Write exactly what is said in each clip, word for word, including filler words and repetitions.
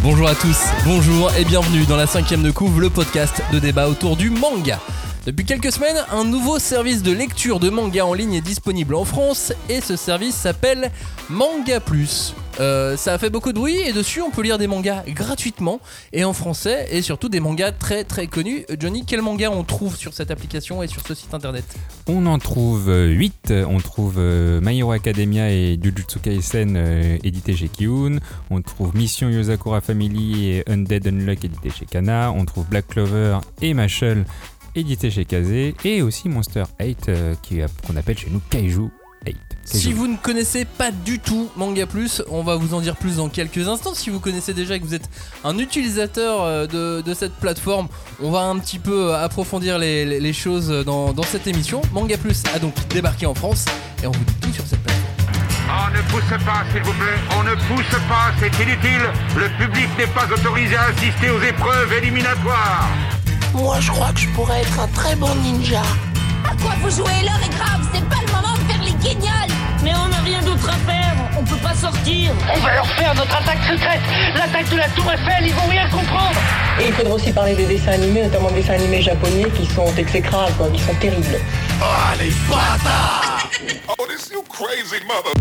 Bonjour à tous, bonjour et bienvenue dans la cinquième de couve, le podcast de débat autour du manga. Depuis quelques semaines, un nouveau service de lecture de manga en ligne est disponible en France et ce service s'appelle Manga Plus. Euh, ça a fait beaucoup de bruit et dessus on peut lire des mangas gratuitement et en français et surtout des mangas très très connus. Johnny, quel manga on trouve sur cette application et sur ce site internet ? On en trouve huit, on trouve euh, My Hero Academia et Jujutsu Kaisen euh, édité chez Kiun, on trouve Mission Yozakura Family et Undead Unluck édité chez Kana, on trouve Black Clover et Mashle édité chez Kazé et aussi Monster huit euh, qui, qu'on appelle chez nous Kaiju huit. Si vous ne connaissez pas du tout Manga Plus, on va vous en dire plus dans quelques instants. Si vous connaissez déjà et que vous êtes un utilisateur de, de cette plateforme, on va un petit peu approfondir les, les, les choses dans, dans cette émission. Manga Plus a donc débarqué en France et on vous dit tout sur cette plateforme. On ne pousse pas, s'il vous plaît, on ne pousse pas, c'est inutile. Le public n'est pas autorisé à assister aux épreuves éliminatoires. Moi, je crois que je pourrais être un très bon ninja. À quoi vous jouez? L'heure est grave, c'est pas le moment de faire les guignols. Mais on n'a rien d'autre à faire, on peut pas sortir. On va leur faire notre attaque secrète, l'attaque de la Tour Eiffel, ils vont rien comprendre. Et il faudra aussi parler des dessins animés, notamment des dessins animés japonais qui sont exécrables, quoi, qui sont terribles. Oh, les bâtards! Oh, this you crazy mother...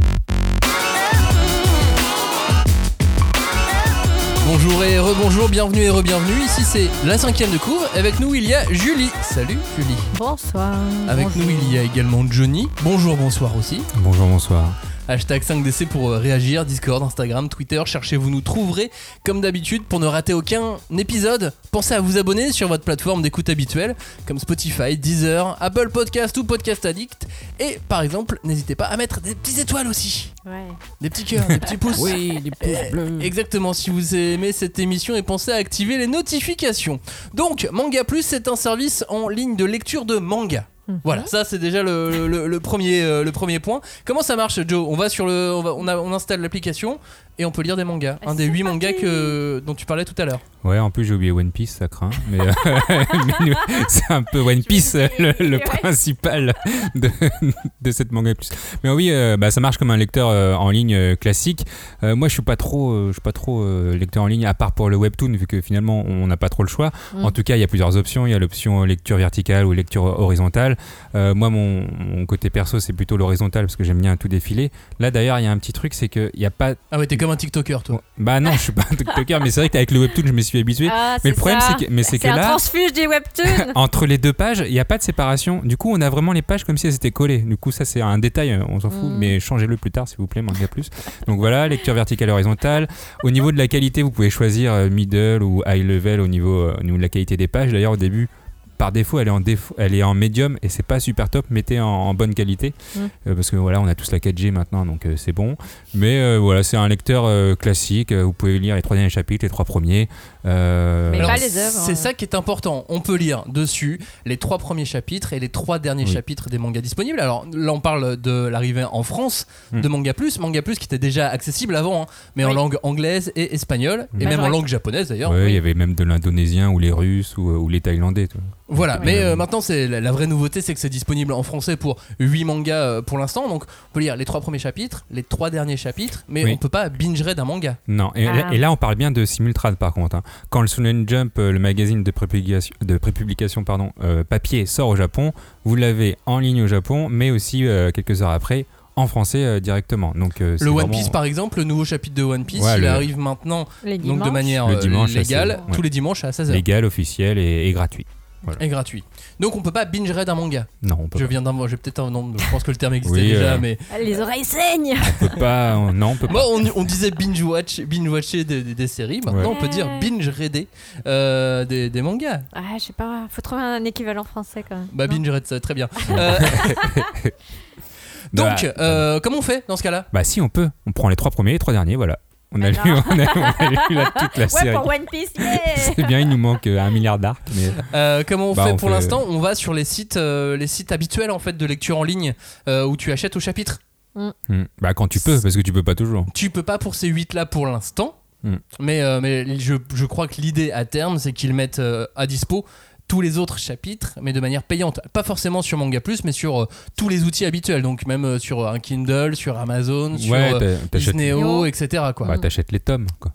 Bonjour et rebonjour, bienvenue et re-bienvenue, ici c'est la cinquième de cours, avec nous il y a Julie. Salut Julie. Bonsoir. Avec bonjour. nous il y a également Johnny. Bonjour, bonsoir aussi. Bonjour, bonsoir. Hashtag cinq D C pour réagir, Discord, Instagram, Twitter, cherchez, vous nous trouverez comme d'habitude pour ne rater aucun épisode. Pensez à vous abonner sur votre plateforme d'écoute habituelle comme Spotify, Deezer, Apple Podcast ou Podcast Addict. Et par exemple, n'hésitez pas à mettre des petites étoiles aussi. Ouais. Des petits cœurs, des petits pouces. Oui, des pouces bleus. Exactement, si vous aimez cette émission et pensez à activer les notifications. Donc, Manga Plus, c'est un service en ligne de lecture de manga. Voilà, ça c'est déjà le, le, le, premier, euh, le premier point. Comment ça marche, Joe ? On va sur le, on, va, on, a, on installe l'application et on peut lire des mangas. Un des huit mangas que, dont tu parlais tout à l'heure. Ouais, en plus j'ai oublié One Piece, ça craint. Mais, euh, mais nous, c'est un peu One Piece le, le principal de, de cette manga plus. Mais oui, euh, bah, ça marche comme un lecteur euh, en ligne euh, classique. Euh, moi, je suis pas trop, euh, je suis pas trop euh, lecteur en ligne, à part pour le webtoon, vu que finalement on n'a pas trop le choix. Mm. En tout cas, il y a plusieurs options. Il y a l'option lecture verticale ou lecture horizontale. Euh, moi, mon, mon côté perso, c'est plutôt l'horizontale parce que j'aime bien tout défiler. Là, d'ailleurs, il y a un petit truc, c'est qu'il y a pas. Ah ouais, t'es comme un TikToker, toi. Bah non, je suis pas un TikToker, mais c'est vrai qu'avec le webtoon, je me suis habitué. Ah, mais le problème, ça. c'est que, mais c'est c'est que un là, transfuge du webtoon. entre les deux pages, il n'y a pas de séparation. Du coup, on a vraiment les pages comme si elles étaient collées. Du coup, ça, c'est un détail, on s'en fout, mm. mais changez-le plus tard, s'il vous plaît, Manga Plus. Donc voilà, lecture verticale et horizontale. Au niveau de la qualité, vous pouvez choisir middle ou high level au niveau, euh, au niveau de la qualité des pages. D'ailleurs, au début, par défaut, elle est en défaut, elle est en médium et c'est pas super top. Mettez en, en bonne qualité mmh. euh, parce que voilà, on a tous la quatre G maintenant, donc euh, c'est bon. Mais euh, voilà, c'est un lecteur euh, classique. Vous pouvez lire les trois derniers chapitres, les trois premiers. Euh... Mais Alors, pas les œuvres. C'est hein. ça qui est important. On peut lire dessus les trois premiers chapitres et les trois derniers oui. chapitres des mangas disponibles. Alors là, on parle de l'arrivée en France mmh. de Manga Plus, Manga Plus qui était déjà accessible avant, hein, mais oui. en langue anglaise et espagnole mmh. et bah, même vrai. en langue japonaise d'ailleurs. Ouais, il oui. y avait même de l'indonésien ou les Russes ou, ou les thaïlandais. Toi. Voilà, ouais. mais euh, maintenant c'est la, la vraie nouveauté, c'est que c'est disponible en français pour huit mangas euh, pour l'instant. Donc on peut lire les trois premiers chapitres, les trois derniers chapitres, mais oui. on peut pas binge-read un manga. Non, et, ah. et là on parle bien de simultrad par contre. Hein. Quand le Shonen Jump, le magazine de prépublication, de prépublication pardon, euh, papier sort au Japon, vous l'avez en ligne au Japon, mais aussi euh, quelques heures après en français euh, directement. Donc, euh, le One vraiment... Piece par exemple, le nouveau chapitre de One Piece, ouais, il le... arrive maintenant donc de manière le dimanche, légale, ouais. tous les dimanches à seize heures. Légal, officiel et, et gratuit. Voilà. Et gratuit. Donc on peut pas binge read un manga. Non, on peut je pas. viens d'un je vais peut-être un nom, je pense que le terme existait oui, déjà euh... mais les oreilles saignent. On peut pas on... non, on peut pas. Moi on, on disait binge watch binge watcher des, des, des séries, maintenant ouais. on peut dire binge reader euh, des, des mangas. Ah, je sais pas, faut trouver un équivalent français quand même. Bah binge read ça très bien. euh... Donc bah, euh, comment on fait dans ce cas-là? Bah si on peut, on prend les trois premiers, les trois derniers, voilà. On a, lu, on, a, on a lu la, toute la ouais, série. Pour One Piece, yeah. C'est bien, il nous manque un milliard d'arcs. Mais... Euh, comment on bah, fait on pour fait... l'instant? On va sur les sites, euh, les sites habituels en fait de lecture en ligne euh, où tu achètes au chapitre. Mm. Mmh. Bah quand tu peux, parce que tu peux pas toujours. Tu peux pas pour ces huit là pour l'instant. Mmh. Mais, euh, mais je, je crois que l'idée à terme, c'est qu'ils mettent euh, à dispo tous les autres chapitres, mais de manière payante. Pas forcément sur Manga Plus, mais sur euh, tous les outils habituels. Donc même euh, sur un Kindle, sur Amazon, sur ouais, euh, Isneo, et cetera. Quoi. Bah, t'achètes les tomes, quoi.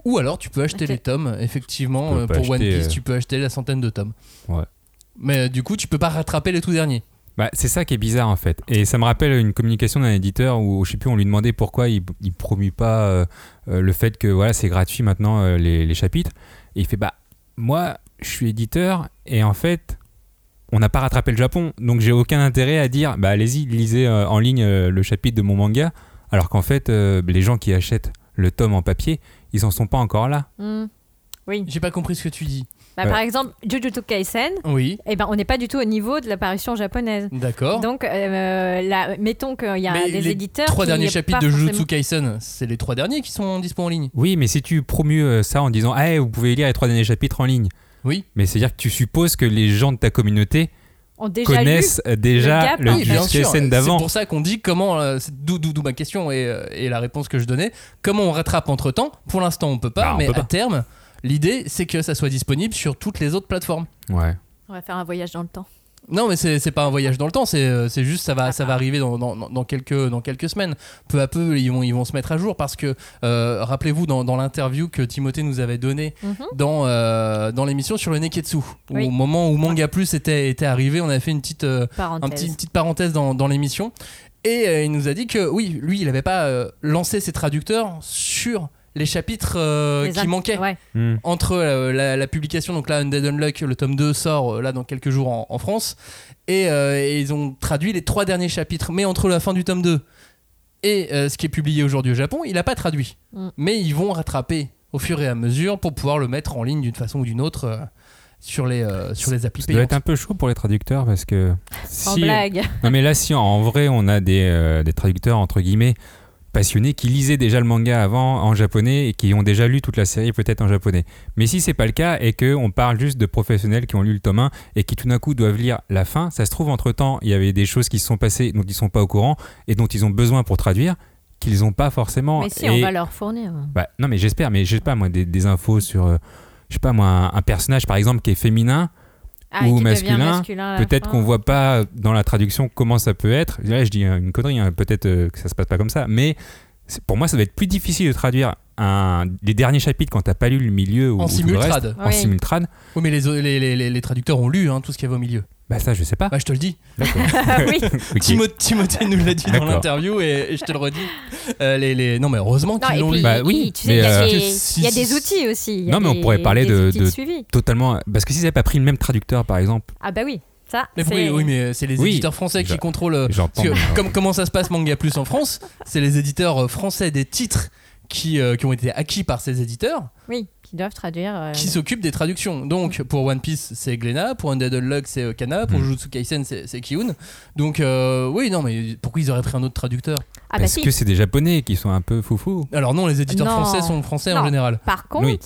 Ou alors tu peux acheter Ok. les tomes, effectivement, Tu peux euh, pas pour One acheter, Piece, euh, tu peux acheter la centaine de tomes. Ouais. Mais euh, du coup, tu peux pas rattraper les tout derniers. Bah, c'est ça qui est bizarre en fait. Et ça me rappelle une communication d'un éditeur où je sais plus, on lui demandait pourquoi il, il promue pas euh, euh, le fait que voilà, c'est gratuit maintenant euh, les, les chapitres. Et il fait bah moi je suis éditeur et en fait on n'a pas rattrapé le Japon, donc j'ai aucun intérêt à dire bah allez-y lisez euh, en ligne euh, le chapitre de mon manga, alors qu'en fait euh, les gens qui achètent le tome en papier ils en sont pas encore là. Hmm. Oui. J'ai pas compris ce que tu dis. Bah, Ouais. Par exemple, Jujutsu Kaisen, Oui, eh ben, on n'est pas du tout au niveau de l'apparition japonaise. d'accord. Donc, euh, là, mettons qu'il y a Mais des les éditeurs trois qui derniers est chapitres pas de Jujutsu forcément- Kaisen, c'est les trois derniers qui sont dispo en ligne. Oui, mais si tu promues euh, ça en disant ah vous pouvez lire les trois derniers chapitres en ligne, Oui. mais c'est à dire que tu supposes que les gens de ta communauté ont déjà connaissent euh, déjà gap, le hein. Oui, bien Jujutsu sûr. Kaisen C'est d'avant. pour ça qu'on dit comment, euh, c'est d'où, d'où- d'où ma question et, euh, et la réponse que je donnais, comment on rattrape entre temps. Pour l'instant, on peut pas, Bah, on mais peut à pas. terme, l'idée c'est que ça soit disponible sur toutes les autres plateformes. Ouais. On va faire un voyage dans le temps. Non, mais c'est, c'est pas un voyage dans le temps, c'est, euh, c'est juste ça va, ça va arriver dans, dans, dans quelques, dans quelques semaines. Peu à peu, ils vont, ils vont se mettre à jour parce que, euh, rappelez-vous, dans, dans l'interview que Timothée nous avait donnée Mhm. dans, euh, dans l'émission sur le Neketsu, Oui. au moment où Manga Plus était, était arrivé, on avait fait une petite, euh, Parenthèse. un petit, une petite parenthèse dans, dans l'émission. Et euh, il nous a dit que oui, lui, il n'avait pas euh, lancé ses traducteurs sur les chapitres euh, Les qui in- manquaient. Ouais. Hmm. Entre euh, la, la publication, donc là, Undead Unluck, le tome deux sort euh, là dans quelques jours en, en France. Et, euh, et ils ont traduit les trois derniers chapitres. Mais entre la fin du tome deux et euh, ce qui est publié aujourd'hui au Japon, il n'a pas traduit. Mm. Mais ils vont rattraper au fur et à mesure pour pouvoir le mettre en ligne d'une façon ou d'une autre euh, sur, les, euh, sur les applis Ça doit payantes. être un peu chaud pour les traducteurs parce que Sans si, blague. non mais là si en vrai on a des, euh, des traducteurs entre guillemets passionnés qui lisaient déjà le manga avant en japonais et qui ont déjà lu toute la série peut-être en japonais. Mais si c'est pas le cas et qu'on parle juste de professionnels qui ont lu le tome un et qui tout d'un coup doivent lire la fin, ça se trouve entre temps il y avait des choses qui se sont passées dont ils sont pas au courant et dont ils ont besoin pour traduire qu'ils n'ont pas forcément. Mais si, et, on va leur fournir. bah, non mais j'espère, mais je sais pas moi des, des infos sur euh, je sais pas moi un, un personnage par exemple qui est féminin Ah, ou qui devient masculin, masculin à la peut-être fin. qu'on voit pas dans la traduction comment ça peut être. Là, je dis une connerie, hein, peut-être euh, que ça se passe pas comme ça, mais c'est- pour moi, ça va être plus difficile de traduire un, les derniers chapitres quand t'as pas lu le milieu ou, En ou tout le simultrad. reste, en Oui. simultrad. Oui, mais les, les, les, les- les traducteurs ont lu hein, tout ce qu'il y avait au milieu. Bah ça, je sais pas. Bah, je te le dis. D'accord. Ah oui. Ok. Timo- Timothée nous l'a dit dans D'accord. l'interview et, et je te le redis. Euh, les, les... Non, mais heureusement Non, qu'ils et l'ont puis, lu. Bah il- oui, tu sais, il mais, y, a euh, des- si- il y a si- des outils aussi. Il y a Non, mais on des- pourrait parler des de- outils de- suivi. Totalement. Parce que s'ils n'avaient pas pris le même traducteur, par exemple, Ah bah oui, ça. Mais c'est- oui, oui, mais c'est les Oui. éditeurs français qui Je- contrôlent. euh, j'entends. parce que comme, comment ça se passe Manga Plus en France, c'est les éditeurs euh, français des titres qui, euh, qui ont été acquis par ces éditeurs Oui, qui doivent traduire. euh, qui s'occupent des traductions. Donc pour One Piece, c'est Glénat, pour Undead Unluck, c'est euh, Kana, pour Mm. Jujutsu Kaisen, c'est, c'est Kiun. Donc euh, oui, non, mais pourquoi ils auraient pris un autre traducteur Ah bah parce si. que c'est des Japonais qui sont un peu foufou. Alors non, les éditeurs Non. français sont français en Non. général. Par contre, Oui.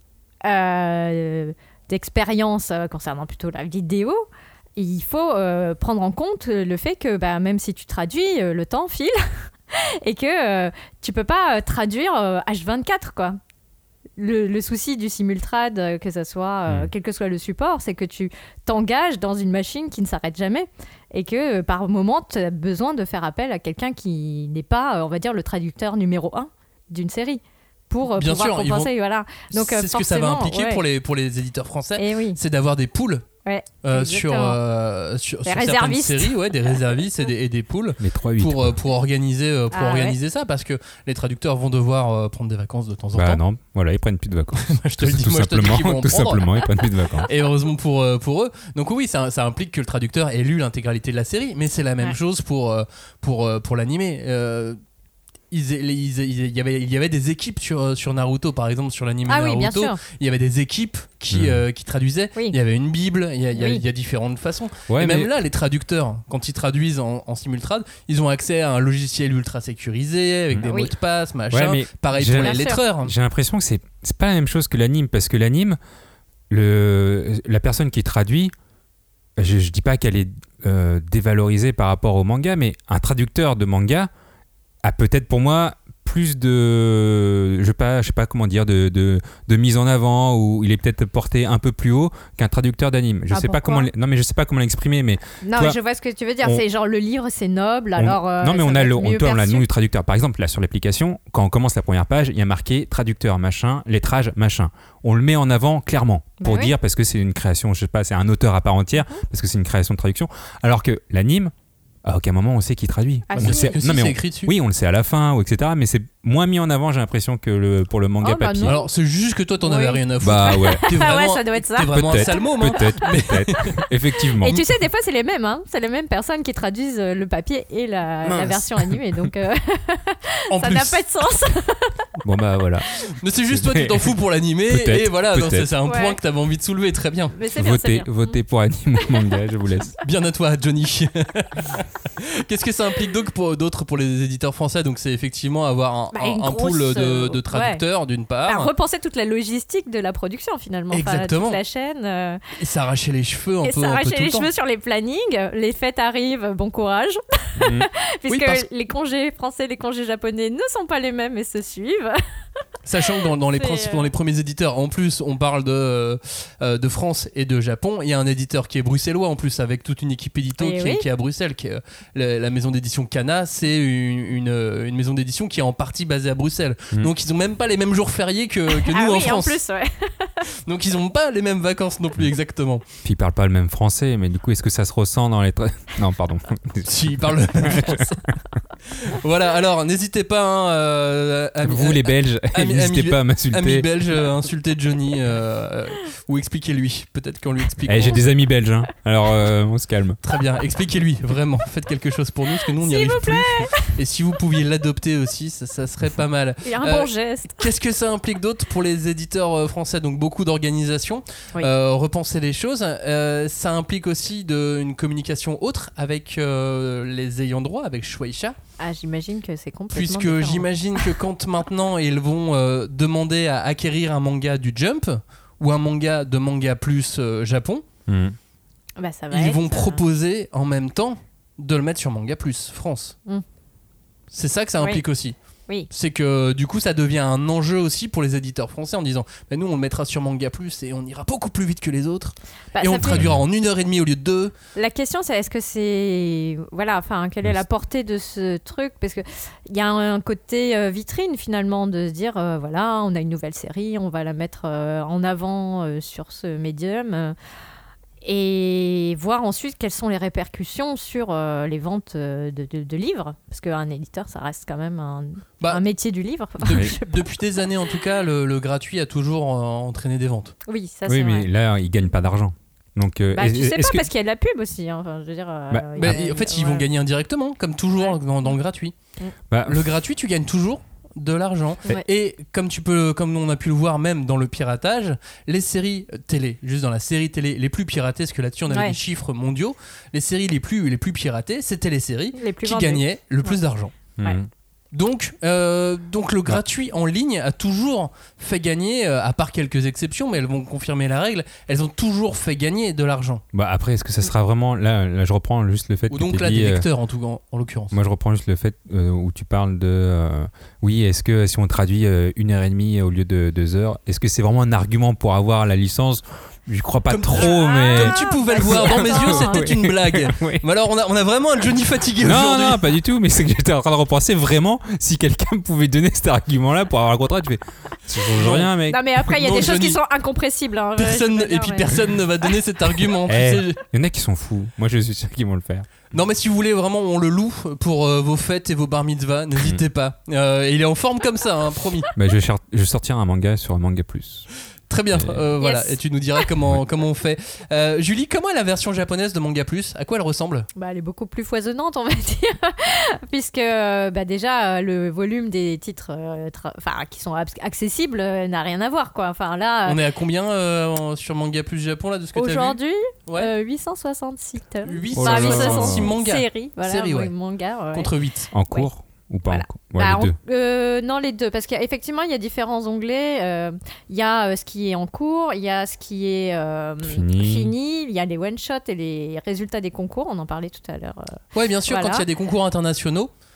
euh, d'expérience euh, concernant plutôt la vidéo, il faut euh, prendre en compte le fait que bah, même si tu traduis, euh, le temps file et que euh, tu peux pas euh, traduire euh, H vingt-quatre quoi. Le, le souci du simultrad, euh, que ce soit euh, Mm. quel que soit le support, c'est que tu t'engages dans une machine qui ne s'arrête jamais et que euh, par moment tu as besoin de faire appel à quelqu'un qui n'est pas, euh, on va dire, le traducteur numéro un d'une série pour euh, Bien pouvoir sûr, ils compenser. Voilà. Donc, euh, c'est ce que ça va forcément, impliquer ouais. pour, les, pour les éditeurs français, Et oui. c'est d'avoir des poules. Ouais, Euh, sur, exactement. euh, sur, Des sur certaines réservistes. séries, ouais, des réservistes et des, et des poules Les trois huit. pour, euh, pour organiser, euh, pour Ah, organiser ça parce que les traducteurs vont devoir euh, prendre des vacances de temps en Bah temps. non, voilà, ils prennent plus de vacances. je te le dis, tout moi je te dis simplement, qu'ils vont en tout prendre. simplement, ils prennent plus de vacances. Et heureusement pour, euh, pour eux. Donc oui, ça, ça implique que le traducteur ait lu l'intégralité de la série, mais c'est la même Ouais. chose pour, euh, pour, euh, pour l'animé. Euh, ils- ils- ils- il, y avait, il y avait des équipes sur, sur Naruto, par exemple, sur l'anime Ah oui, bien Naruto. sûr. Il y avait des équipes qui, Mm. euh, qui traduisaient. Oui. Il y avait une Bible, il y a, il y a- Oui. il y a différentes façons. Ouais, et même mais- là, les traducteurs, quand ils traduisent en, en simultrad, ils ont accès à un logiciel ultra sécurisé avec Mm. des Oui. mots de passe, machin. Ouais, mais Pareil j'ai- pour les Bien sûr. lettreurs. J'ai l'impression que c'est c'est pas la même chose que l'anime parce que l'anime, le la personne qui traduit, je, je dis pas qu'elle est euh, dévalorisée par rapport au manga, mais un traducteur de manga a peut-être pour moi plus de, je sais pas, je sais pas comment dire, de, de, de mise en avant, ou il est peut-être porté un peu plus haut qu'un traducteur d'anime. Je ah, sais pas comment, non mais je sais pas comment l'exprimer, mais non, toi, mais je vois ce que tu veux dire. on, c'est genre le livre, c'est noble, on, alors. Euh, non mais on a le, on, toi, on a le nom perçu. du traducteur. Par exemple, là sur l'application, quand on commence la première page, il y a marqué traducteur machin, lettrage machin. On le met en avant clairement pour bah dire oui. parce que c'est une création, je sais pas, c'est un auteur à part entière, mmh. parce que c'est une création de traduction. Alors que l'anime. À aucun moment on sait qui traduit. Ah, on si. le sait. Si, Non, mais c'est on, écrit dessus. oui, on le sait à la fin, ou et cetera. Mais c'est moins mis en avant, j'ai l'impression, que le, pour le manga oh, bah papier. non. Alors c'est juste que toi t'en Oui. avais rien à foutre. Bah ouais. T'es vraiment, ouais, ça doit être ça. T'es vraiment Peut-être, un sale môme. Hein. Peut-être, peut-être. Effectivement. Et tu sais, des fois, c'est les mêmes. Hein. C'est les mêmes personnes qui traduisent euh, le papier et la, la version animée. Donc, euh, En ça plus. n'a pas de sens. Bon bah voilà. Mais c'est juste toi tu t'en fous pour l'animé Peut-être, et voilà, non, c'est, c'est un Ouais. point que t'avais envie de soulever, très bien. Mais c'est bien, c'est Votez, bien. votez pour anime ou manga, je vous laisse. Bien à toi, Johnny. Qu'est-ce que ça implique donc pour, d'autres pour les éditeurs français? Donc c'est effectivement avoir un, Bah, un, une un grosse, pool de, euh, de traducteurs d'une part. Bah, repenser toute la logistique de la production finalement. Enfin, Exactement. toute la chaîne. Euh, Et s'arracher les cheveux un et peu, un peu s'arracher tout les le temps. cheveux sur les plannings. Les fêtes arrivent, bon courage. Mmh. Puisque Oui, parce- les congés français et les congés japonais ne sont pas les mêmes et se suivent. Sachant que dans, dans, les C'est, principes, euh, dans les premiers éditeurs, en plus, on parle de, euh, de France et de Japon. Il y a un éditeur qui est bruxellois en plus, avec toute une équipe édito Et qui, oui. est, qui est à Bruxelles. Qui est, euh, la, la maison d'édition Kana, c'est une, une, une maison d'édition qui est en partie basée à Bruxelles. Mmh. Donc ils ont même pas les mêmes jours fériés que, que nous ah en oui, France. en plus, ouais. Donc ils ont pas les mêmes vacances non plus exactement. Puis ils parlent pas le même français, mais du coup, est-ce que ça se ressent dans les... Tra... Non, pardon. Si, ils parlent le même français. Voilà, alors n'hésitez pas hein, euh, à, Vous les Belges, ami- n'hésitez ami- pas à Ami m'insulter. belge, euh, insultez Johnny euh, euh, ou expliquez-lui. Peut-être qu'on lui explique. Eh, j'ai des amis belges, hein. Alors euh, on se calme. Très bien, expliquez-lui, vraiment. Faites quelque chose pour nous, parce que nous on n'y S'il arrive vous plus. Et si vous pouviez l'adopter aussi, ça, ça serait pas mal. Il y a un Euh, bon geste. Qu'est-ce que ça implique d'autre pour les éditeurs euh, français? Donc beaucoup d'organisations, Oui. euh, repenser les choses. Euh, ça implique aussi de, une communication autre avec euh, les ayants droit, avec Shueisha. Ah, j'imagine que c'est complètement Puisque différent. j'imagine que quand maintenant ils vont euh, demander à acquérir un manga du Jump ou un manga de Manga Plus euh, Japon, Mmh. Bah, ça va ils être, vont euh, proposer en même temps de le mettre sur Manga Plus France. Mm. C'est ça que ça Oui. implique aussi. Oui. C'est que du coup ça devient un enjeu aussi pour les éditeurs français en disant bah, nous on le mettra sur Manga Plus et on ira beaucoup plus vite que les autres Bah, et ça on le fait- traduira en une heure et demie au lieu de deux. La question, c'est est-ce que c'est. Voilà, enfin, quelle est la portée de ce truc? Parce qu'il y a un, un côté euh, vitrine, finalement, de se dire euh, voilà, on a une nouvelle série, on va la mettre euh, en avant euh, sur ce médium. euh, et voir ensuite quelles sont les répercussions sur euh, les ventes euh, de, de- de livres. Parce qu'un éditeur, ça reste quand même un, Bah, un métier du livre. Depuis, depuis des années en tout cas, le, le gratuit a toujours euh, entraîné des ventes. Oui, ça Oui, c'est mais vrai. là, ils gagnent pas d'argent. Donc, euh, Bah, tu sais est-ce pas que- parce qu'il y a de la pub aussi. Hein. Enfin, je veux dire, euh, Bah, il y Bah, a- en fait, ils ouais. vont gagner indirectement, comme toujours dans, dans le gratuit. Bah, Le gratuit, tu gagnes toujours de l'argent. Ouais. Et comme tu peux, comme on a pu le voir même dans le piratage, les séries télé, juste dans la série télé les plus piratées, parce que là-dessus on avait Ouais. des chiffres mondiaux, les séries les plus les plus piratées, c'était les séries Les plus qui vendues. gagnaient le plus Ouais. d'argent. Ouais. mmh. Donc, euh, donc le gratuit en ligne a toujours fait gagner, euh, à part quelques exceptions, mais elles vont confirmer la règle, elles ont toujours fait gagner de l'argent. Bah, après, est-ce que ça sera vraiment... Là, là je reprends juste le fait Ou que donc t'aies là, dit, des euh, lecteurs en tout cas, en, en l'occurrence. Moi, je reprends juste le fait euh, où tu parles de... euh, oui, est-ce que si on traduit euh, une heure et demie au lieu de deux heures, est-ce que c'est vraiment un argument pour avoir la licence? Je crois pas Comme- trop, Ah, mais... Comme tu pouvais le bah, voir si, dans mes attends. yeux, c'était Oui. une blague. Oui. Mais alors, on a, on a vraiment un Johnny fatigué Non, aujourd'hui. non, pas du tout, mais c'est que j'étais en train de repenser vraiment si quelqu'un pouvait donner cet argument-là pour avoir un contrat. Tu fais, ça change Non. rien, mec. Non, mais après, il y a Non, des choses Johnny. qui sont incompressibles. Hein. Personne, Je veux dire, et puis mais- personne ne va donner cet argument. tu Eh, sais. il y en a qui sont fous. Moi, je suis sûr qu'ils vont le faire. Non, mais si vous voulez vraiment, on le loue pour euh, vos fêtes et vos bar mitzvahs, n'hésitez pas. Euh, il est en forme comme ça, hein, promis. Bah, je, vais char- je vais sortir un manga sur Manga Plus. Très bien, euh, voilà. Yes. Et tu nous diras comment, comment on fait. Euh, Julie, comment est la version japonaise de Manga Plus? À quoi elle ressemble? Bah, elle est beaucoup plus foisonnante, on va dire, puisque euh, bah, déjà euh, le volume des titres euh, tra- enfin, qui sont abs- accessibles euh, n'a rien à voir, quoi. Enfin là, On est à combien euh, en- sur Manga Plus Japon là de ce que tu as vu? aujourd'hui, Ouais. euh, huit cent soixante-six tomes. huit Oh là cent là. soixante-six mangas Séries, voilà, Séries, ouais. oui, mangas, ouais. contre huit. En cours ou pas Voilà. en cours? Ouais, Bah, les deux. on- euh, non, les deux, parce qu'effectivement, il y a différents onglets. euh, Il y a euh, ce qui est en cours, il y a ce qui est euh, Fini. fini, il y a les one-shots et les résultats des concours, on en parlait tout à l'heure. euh. Ouais, bien sûr, Voilà. quand il y a des concours internationaux,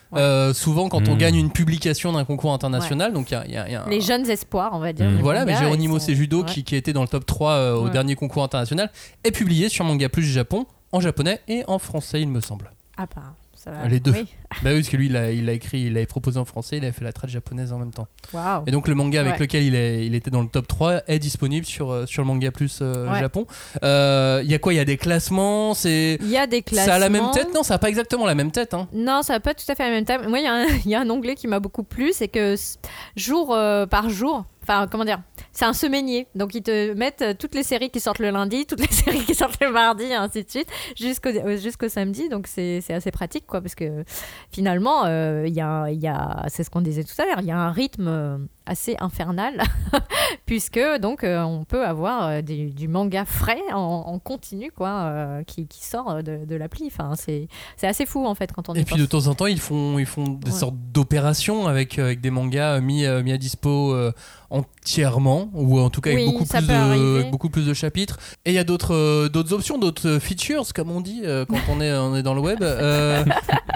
Ouais. Euh, souvent quand mmh. on gagne une publication d'un concours international, ouais. donc il y a, y a, y a un... les jeunes espoirs, on va dire. Mmh. Voilà, mais Geronimo sont... Seijudo ouais. qui, qui a été dans le top trois euh, au ouais. dernier concours international est publié sur Manga Plus Japon en japonais et en français, il me semble. Ah bah, ça va. Les deux. Oui. Bah oui, parce que lui, il a, il a écrit, il l'avait proposé en français, il avait fait la trad japonaise en même temps. Waouh. Et donc le manga avec ouais. lequel il, est, il était dans le top trois est disponible sur, euh, sur le Manga Plus euh, ouais. Japon. Il euh, y a quoi ? Il y a des classements, c'est... Il y a des classements. Ça a la même tête ? Non, ça n'a pas exactement la même tête. Hein. Non, ça n'a pas tout à fait la même tête. Moi, il y, y a un onglet qui m'a beaucoup plu, c'est que jour euh, par jour, enfin, comment dire, c'est un semainier. Donc, ils te mettent toutes les séries qui sortent le lundi, toutes les séries qui sortent le mardi, et ainsi de suite, jusqu'au, jusqu'au samedi. Donc, c'est, c'est assez pratique, quoi, parce que finalement, il euh, y a, y a, c'est ce qu'on disait tout à l'heure, il y a un rythme assez infernal, puisque donc euh, on peut avoir euh, des, du manga frais en, en continu, quoi, euh, qui, qui sort de, de l'appli. Enfin, c'est, c'est assez fou, en fait, quand on Et y puis pense. de temps en temps, ils font, ils font des Ouais. sortes d'opérations avec, avec des mangas mis, euh, mis à dispo euh, entièrement, ou en tout cas avec Oui, beaucoup, ça plus peut de, arriver. beaucoup plus de chapitres. Et il y a d'autres, euh, d'autres options, d'autres features, comme on dit euh, quand on est, on est dans le web. Euh,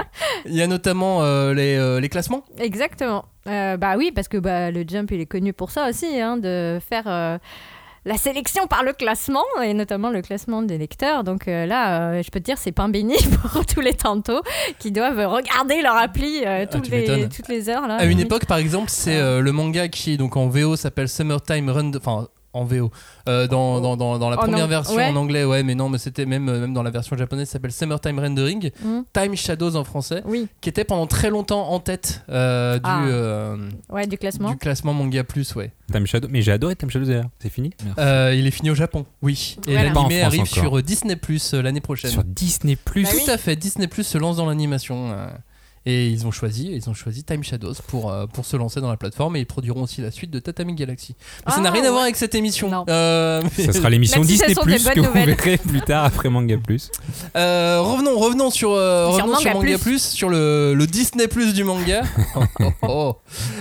Il y a notamment euh, les, euh, les classements. Exactement. Euh, bah oui, parce que bah, le Jump, il est connu pour ça aussi, hein, de faire euh, la sélection par le classement, et notamment le classement des lecteurs. Donc euh, là, euh, je peux te dire, c'est pain béni pour tous les tantos qui doivent regarder leur appli euh, toutes, tu les, m'étonnes. toutes les heures. Là. À une époque, par exemple, c'est euh, le manga qui, donc en V O, s'appelle Summertime Run... Enfin, en V O. Euh, dans, dans, dans, dans la En première ang- version ouais. en anglais, ouais, mais non, mais c'était même, euh, même dans la version japonaise, ça s'appelle Summertime Rendering, Mm. Time Shadows en français, Oui, qui était pendant très longtemps en tête euh, du, Ah. euh, ouais, du classement. du classement Manga Plus, ouais. Time Shadow, mais j'ai adoré Time Shadow d'ailleurs. C'est fini. Merci. Euh, il est fini au Japon, oui. Et Voilà. Pas en l'animé France arrive encore. sur Disney Plus euh, l'année prochaine. Sur Disney Plus. Bah Tout oui. à fait, Disney Plus se lance dans l'animation. euh, Et ils ont choisi, ils ont choisi Time Shadows pour, euh, pour se lancer dans la plateforme, et ils produiront aussi la suite de Tatami Galaxy. Mais ça Ah, n'a rien à ouais. voir avec cette émission. Non. Euh, mais- Ça sera l'émission Même si ce Disney sont des Plus bonnes que vous nouvelles. verrez plus tard après Manga Plus. Euh, revenons, revenons sur, euh, Sur revenons sur Manga Manga Plus. Plus, sur le, le Disney Plus du manga. Oh, oh, oh.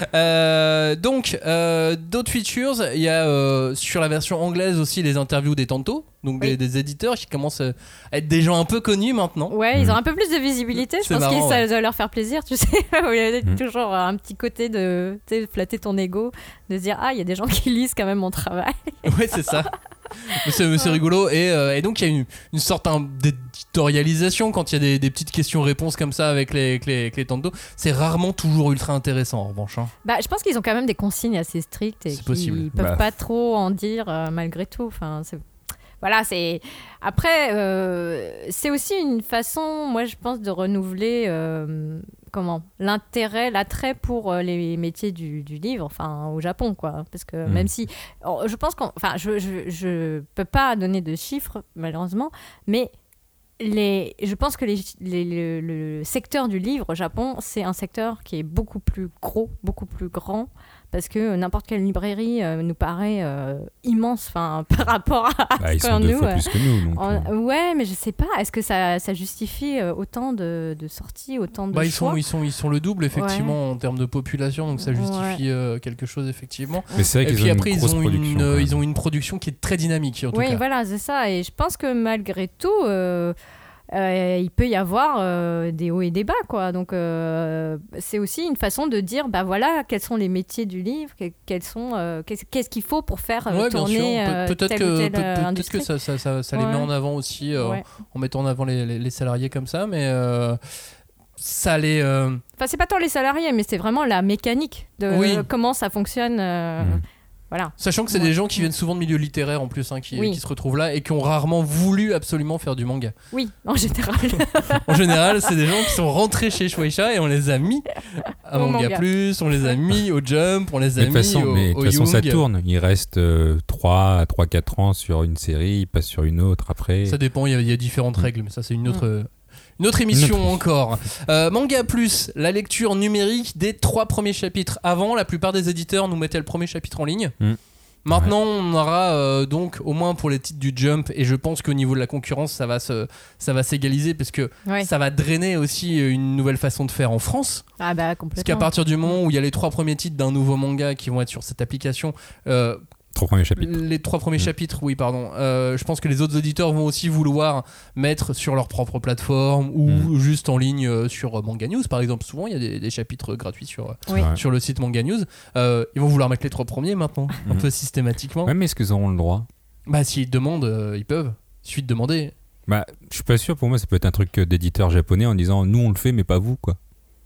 Euh, donc, euh, d'autres features, il y a euh, sur la version anglaise aussi les interviews des tantos, donc Oui. des, des éditeurs qui commencent à être des gens un peu connus maintenant. Ouais, ils Mm. ont un peu plus de visibilité. Je C'est pense marrant, que ça ouais. doit leur faire plaisir, tu sais. Il y a Mm. toujours un petit côté de tu sais, flatter ton ego, de se dire ah, il y a des gens qui lisent quand même mon travail. Ouais, c'est ça. Mais c'est, mais c'est rigolo. Et, euh, et donc, il y a une, une sorte hein, d'éditorialisation quand il y a des, des petites questions-réponses comme ça avec les, avec les, avec les tantos. C'est rarement toujours ultra intéressant, en revanche. Hein. Bah, je pense qu'ils ont quand même des consignes assez strictes et C'est qu'ils possible. peuvent Bah. pas trop en dire euh, malgré tout. Enfin, c'est... Voilà, c'est... Après, euh, c'est aussi une façon, moi je pense, de renouveler euh, comment l'intérêt, l'attrait pour euh, les métiers du, du livre, enfin au Japon, quoi. Parce que Mm. même si... oh, je pense qu'on... Enfin, je, je, je peux pas donner de chiffres, malheureusement, mais... Les, je pense que les, les, le, le secteur du livre au Japon, c'est un secteur qui est beaucoup plus gros, beaucoup plus grand, parce que n'importe quelle librairie euh, nous paraît euh, immense par rapport à Bah, ils ce sont que deux nous... fois euh, plus que nous. Donc, on- euh, ouais, mais je sais pas, est-ce que ça, ça justifie euh, autant de, de sorties, autant de Bah, ils, choix sont, ils, sont, ils sont le double, effectivement, en termes de population, donc ça justifie euh, quelque chose, effectivement. Mais c'est vrai Et qu'ils puis ont après, une ils grosse ont production. une, quand euh, même. ils ont une production qui est très dynamique, en tout Oui, cas. voilà, c'est ça. Et je pense que malgré tout, euh, euh, il peut y avoir euh, des hauts et des bas, quoi. Donc, euh, c'est aussi une façon de dire, bah voilà, quels sont les métiers du livre, que- quels sont, euh, qu'est-ce, qu'est-ce qu'il faut pour faire euh, Ouais, bien sûr. tourner Pe- euh, peut-être telle que, ou telle peut- euh, peut-être industrie. que ça, ça, ça, ça les Ouais. met en avant aussi, euh, Ouais. en mettant en avant les, les, les salariés comme ça, mais euh, ça les... euh, Enfin, c'est pas tant les salariés, mais c'est vraiment la mécanique de Oui. euh, comment ça fonctionne. euh, Mm. Voilà. Sachant que c'est Ouais. des gens qui viennent souvent de milieux littéraires en plus, hein, qui, Oui. qui se retrouvent là et qui ont rarement voulu absolument faire du manga. Oui, en général. En général, c'est des gens qui sont rentrés chez Shueisha et on les a mis à Au Manga, manga. Plus, on les a mis au Jump, on les a Mais de toute mis façon, au, mais de au toute façon, ça Young. tourne. Il reste euh, trois à quatre ans sur une série, il passe sur une autre après. Ça dépend, il y, a- il y a différentes Mm. règles, mais ça c'est une autre, une autre émission Une autre. encore. Euh, Manga Plus, la lecture numérique des trois premiers chapitres. Avant, la plupart des éditeurs nous mettaient le premier chapitre en ligne. Mm. Maintenant, on aura euh, donc au moins pour les titres du Jump, et je pense qu'au niveau de la concurrence, ça va se, ça va s'égaliser parce que Ouais. ça va drainer aussi une nouvelle façon de faire en France. Ah bah Parce complètement. qu'à partir du moment où il y a les trois premiers titres d'un nouveau manga qui vont être sur cette application, euh, Trois premiers chapitres. Les trois premiers mmh. chapitres, oui, pardon. Euh, je pense que les autres éditeurs vont aussi vouloir mettre sur leur propre plateforme ou mmh. juste en ligne euh, sur Manga News, par exemple. Souvent, il y a des, des chapitres gratuits sur, oui. sur le site Manga News. Euh, ils vont vouloir mettre les trois premiers maintenant, mmh. un peu systématiquement. Ouais, mais est-ce qu'ils auront le droit ? Bah, s'ils demandent, euh, ils peuvent. Il suffit de demander. Bah, je suis pas sûr. Pour moi, ça peut être un truc d'éditeur japonais en disant nous on le fait, mais pas vous, quoi.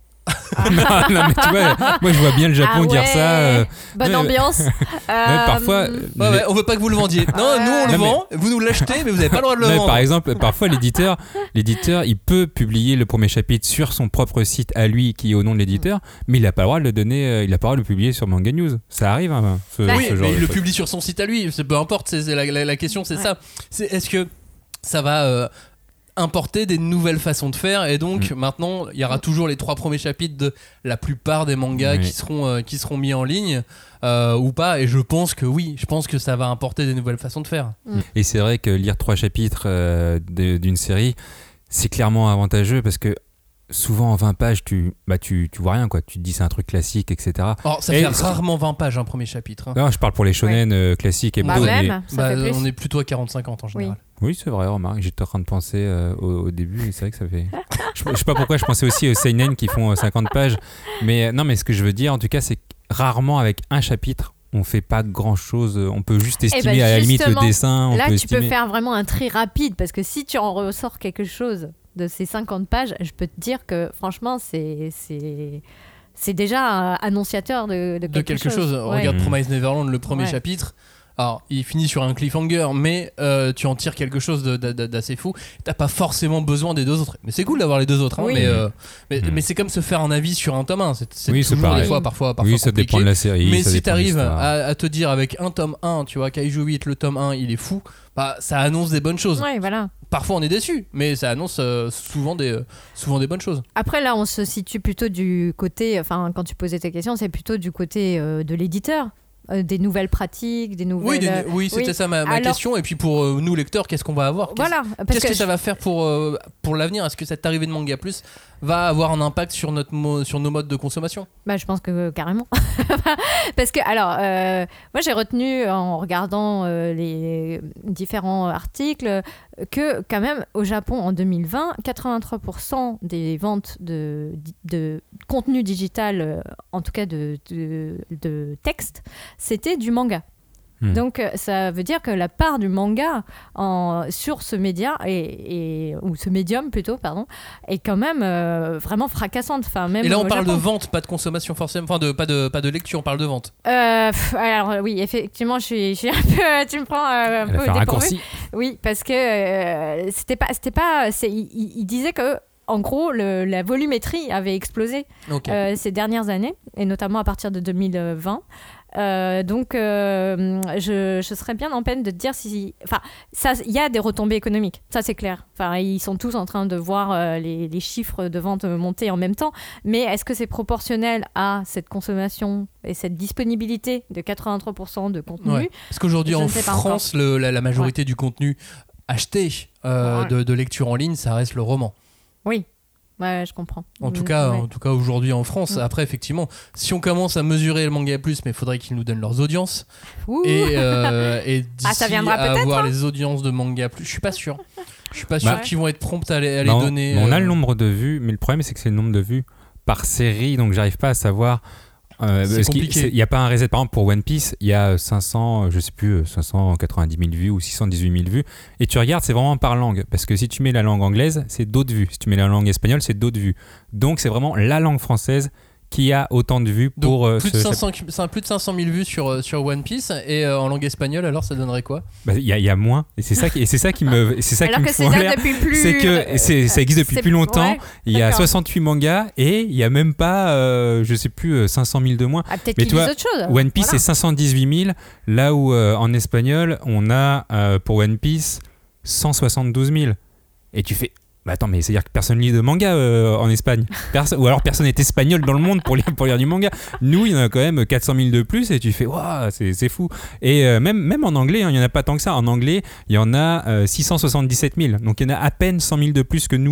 non, non, mais tu vois, moi je vois bien le Japon ah ouais. dire ça. Euh, Bonne ouais, ambiance. euh, euh, parfois, ouais, ouais, on veut pas que vous le vendiez. Non, euh, nous on le non, vend, mais... vous nous l'achetez, mais vous avez pas le droit de le non, vendre. Par exemple, parfois l'éditeur, l'éditeur, il peut publier le premier chapitre sur son propre site à lui, qui est au nom de l'éditeur, mais il a pas le droit de le donner, euh, il a pas le droit de le publier sur Manga News. Ça arrive, hein, ce, oui, ce genre mais il de le truc. publie sur son site à lui. C'est, peu importe. C'est, c'est la, la, la question, c'est ouais. ça. C'est, est-ce que ça va euh, importer des nouvelles façons de faire, et donc mmh. maintenant il y aura toujours les trois premiers chapitres de la plupart des mangas oui. qui seront euh, qui seront mis en ligne euh, ou pas, et je pense que oui, je pense que ça va importer des nouvelles façons de faire. Mmh. Et c'est vrai que lire trois chapitres euh, de, d'une série, c'est clairement avantageux parce que souvent en vingt pages tu bah tu tu vois rien, quoi. Tu te dis c'est un truc classique, etc. Alors ça et fait rarement vingt pages un premier chapitre, hein. Non, je parle pour les shonen ouais. euh, classiques et bah beaux, même, mais... ça fait bah, plus. on est plutôt à quarante cinquante en général. Oui. Oui, c'est vrai, remarque, j'étais en train de penser euh, au, au début, et c'est vrai que ça fait... je, je sais pas pourquoi, je pensais aussi aux seinen qui font cinquante pages, mais euh, non, mais ce que je veux dire, en tout cas, c'est que rarement, avec un chapitre, on fait pas grand chose, on peut juste estimer ben à la limite le dessin. On là, peut tu estimer... peux faire vraiment un tri rapide, parce que si tu en ressors quelque chose de ces cinquante pages, je peux te dire que, franchement, c'est... c'est... c'est déjà annonciateur de, de quelque, de quelque chose. chose. Ouais. Regarde mmh. Promised Neverland, le premier ouais. chapitre. Alors, il finit sur un cliffhanger, mais euh, tu en tires quelque chose de, de, de, d'assez fou. T'as pas forcément besoin des deux autres. Mais c'est cool d'avoir les deux autres. Hein, oui. mais, euh, mais, mmh. mais c'est comme se faire un avis sur un tome un. C'est, c'est oui, toujours c'est des fois, parfois, parfois oui, ça compliqué. dépend de la série. Mais ça si t'arrives à, à te dire avec un tome un, tu vois, Kaiju huit, le tome un, il est fou, bah, ça annonce des bonnes choses. Ouais, voilà. Parfois on est déçu, mais ça annonce euh, souvent, des, euh, souvent des bonnes choses. Après, là, on se situe plutôt du côté, enfin, quand tu posais tes questions, c'est plutôt du côté euh, de l'éditeur. Euh, des nouvelles pratiques, des nouvelles... Oui, des, oui c'était oui. ça ma, ma Alors, question. Et puis pour euh, nous lecteurs, qu'est-ce qu'on va avoir ? Qu'est-ce, voilà, qu'est-ce que, que je... ça va faire pour, euh, pour l'avenir ? Est-ce que cette arrivée de Manga Plus va avoir un impact sur, notre mo- sur nos modes de consommation ? Bah, je pense que euh, carrément. Parce que, alors, euh, moi j'ai retenu en regardant euh, les différents articles que, quand même, au Japon en deux mille vingt, quatre-vingt-trois pour cent des ventes de, de contenu digital, euh, en tout cas de, de, de texte, c'était du manga. Mmh. Donc ça veut dire que la part du manga en, sur ce média et, et, ou ce médium plutôt pardon est quand même euh, vraiment fracassante. Enfin, même et là on parle Japon. de vente, pas de consommation forcément, enfin de pas de pas de lecture, on parle de vente. Euh, pff, alors oui, effectivement, je suis, je suis un peu, tu me prends euh, un peu un raccourci. Oui, parce que euh, c'était pas, c'était pas, c'est, il, il disait que en gros, le, la volumétrie avait explosé okay. euh, ces dernières années, et notamment à partir de deux mille vingt. Euh, donc, euh, je, je serais bien en peine de te dire si... Enfin, il y a des retombées économiques, ça c'est clair. Enfin, ils sont tous en train de voir euh, les, les chiffres de vente monter en même temps, mais est-ce que c'est proportionnel à cette consommation et cette disponibilité de quatre-vingt-trois pour cent de contenu ? Ouais. Parce qu'aujourd'hui, je en France, le, la, la majorité ouais. du contenu acheté euh, ouais. de, de lecture en ligne, ça reste le roman. Oui. Ouais, je comprends. En tout cas, ouais. en tout cas aujourd'hui en France. Ouais. Après, effectivement, si on commence à mesurer le Manga Plus, mais il faudrait qu'ils nous donnent leurs audiences. Ouh. Et, euh, et d'ici ah, ça viendra à peut-être, avoir hein. les audiences de Manga Plus, je suis pas sûr. Je suis pas sûr bah, qu'ils vont être prompts à les, à les bah, on, donner. On euh... a le nombre de vues, mais le problème c'est que c'est le nombre de vues par série, donc j'arrive pas à savoir. Euh, c'est compliqué. Il n'y a pas un reset. Par exemple, pour One Piece, il y a cinq cents, je sais plus, cinq cent quatre-vingt-dix mille vues ou six cent dix-huit mille vues. Et tu regardes, c'est vraiment par langue. Parce que si tu mets la langue anglaise, c'est d'autres vues. Si tu mets la langue espagnole, c'est d'autres vues. Donc, c'est vraiment la langue française qui a autant de vues pour Donc, plus, euh, de ce cinq cents, c'est plus de cinq cent mille vues sur, sur One Piece. Et euh, en langue espagnole, alors ça donnerait quoi ? Il bah, y, y a moins. Et c'est ça qui, et c'est ça qui me, c'est ça alors qui que me c'est fout en là l'air. Depuis plus... C'est que c'est, ça existe depuis c'est... plus longtemps. Ouais, il y a soixante-huit mangas et il n'y a même pas, euh, je sais plus, cinq cent mille de moins. Ah, peut-être mais qu'ils toi, disent autre chose. One Piece, voilà. c'est cinq cent dix-huit mille. Là où euh, en espagnol, on a euh, pour One Piece cent soixante-douze mille. Et tu fais. Bah attends, mais c'est-à-dire que personne lit de manga euh, en Espagne. Perso- ou alors personne n'est espagnol dans le monde pour lire, pour lire du manga. Nous, il y en a quand même quatre cent mille de plus et tu fais waouh, c'est, c'est fou. Et euh, même, même en anglais, hein, il n'y en a pas tant que ça. En anglais, il y en a euh, six cent soixante-dix-sept mille. Donc il y en a à peine cent mille de plus que nous.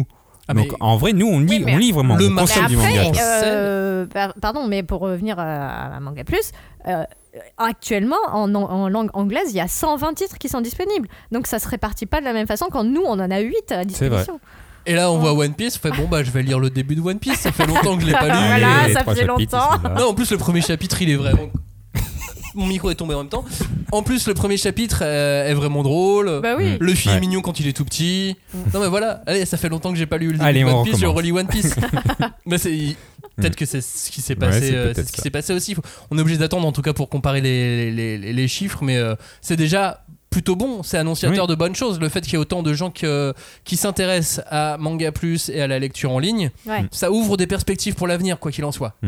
Ah, Donc en vrai, nous on lit, Oui, mais on lit vraiment, le on marché consomme du Après, manga. euh, par- pardon, mais pour revenir à, à Manga Plus, euh, actuellement, en, en langue anglaise, il y a cent vingt titres qui sont disponibles. Donc ça se répartit pas de la même façon quand nous, on en a huit à disposition. Et là, on voit One Piece, on fait bon, bah je vais lire le début de One Piece, ça fait longtemps que je l'ai pas lu. Voilà, Les ça trois faisait chapitres, longtemps. ils sont là. Non, en plus, le premier chapitre, il est vraiment. Mon micro est tombé en même temps. En plus, le premier chapitre euh, est vraiment drôle. Bah oui. Le film Ouais. est mignon quand il est tout petit. Non, mais voilà, allez, ça fait longtemps que j'ai pas lu le début Allez, de on One Piece, je recommence. relis One Piece. Mais c'est. Peut-être que c'est ce qui s'est Ouais, passé, c'est euh, peut-être c'est ce qui ça. s'est passé aussi. Faut- On est obligé d'attendre en tout cas pour comparer les, les, les, les chiffres, mais euh, c'est déjà plutôt bon. C'est annonciateur Oui. de bonnes choses. Le fait qu'il y ait autant de gens que, qui s'intéressent à Manga Plus et à la lecture en ligne, Ouais. ça ouvre des perspectives pour l'avenir, quoi qu'il en soit.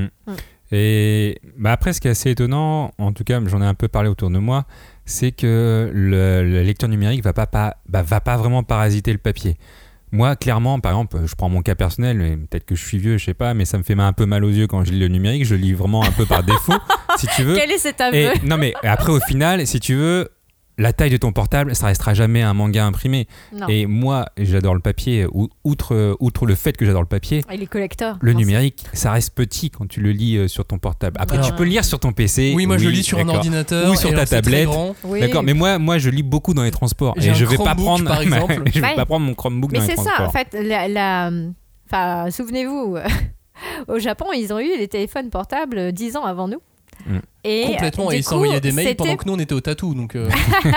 Et bah après, ce qui est assez étonnant, en tout cas, j'en ai un peu parlé autour de moi, c'est que le, la lecture numérique va pas, pas, bah, va pas vraiment parasiter le papier. Moi, clairement, par exemple, je prends mon cas personnel, et peut-être que je suis vieux, je sais pas, mais ça me fait un peu mal aux yeux quand je lis le numérique. Je lis vraiment un peu par défaut, si tu veux. Quel est cet aveu? Et, non, mais après, au final, si tu veux, la taille de ton portable, ça restera jamais un manga imprimé. Non. Et moi, j'adore le papier, ou- outre, outre le fait que j'adore le papier. Et les collecteurs. Le Non, numérique, ça reste petit quand tu le lis euh, sur ton portable. Après, Alors, tu peux le lire sur ton P C. Oui, moi je le lis sur un d'accord. ordinateur Ou sur et ta alors, c'est très tablette. grand. c'est- Oui. D'accord, mais moi, moi, je lis beaucoup dans les transports J'ai et un je vais pas Chromebook, prendre, par exemple. je vais Ouais. pas prendre mon Chromebook Mais dans les c'est ça, transports. en fait, la, la- enfin, souvenez-vous, au Japon, ils ont eu les téléphones portables dix ans avant nous. Mm. Et Complètement, du et ils coup, s'envoyaient des mails c'était- pendant que nous on était au tatou. Donc, euh,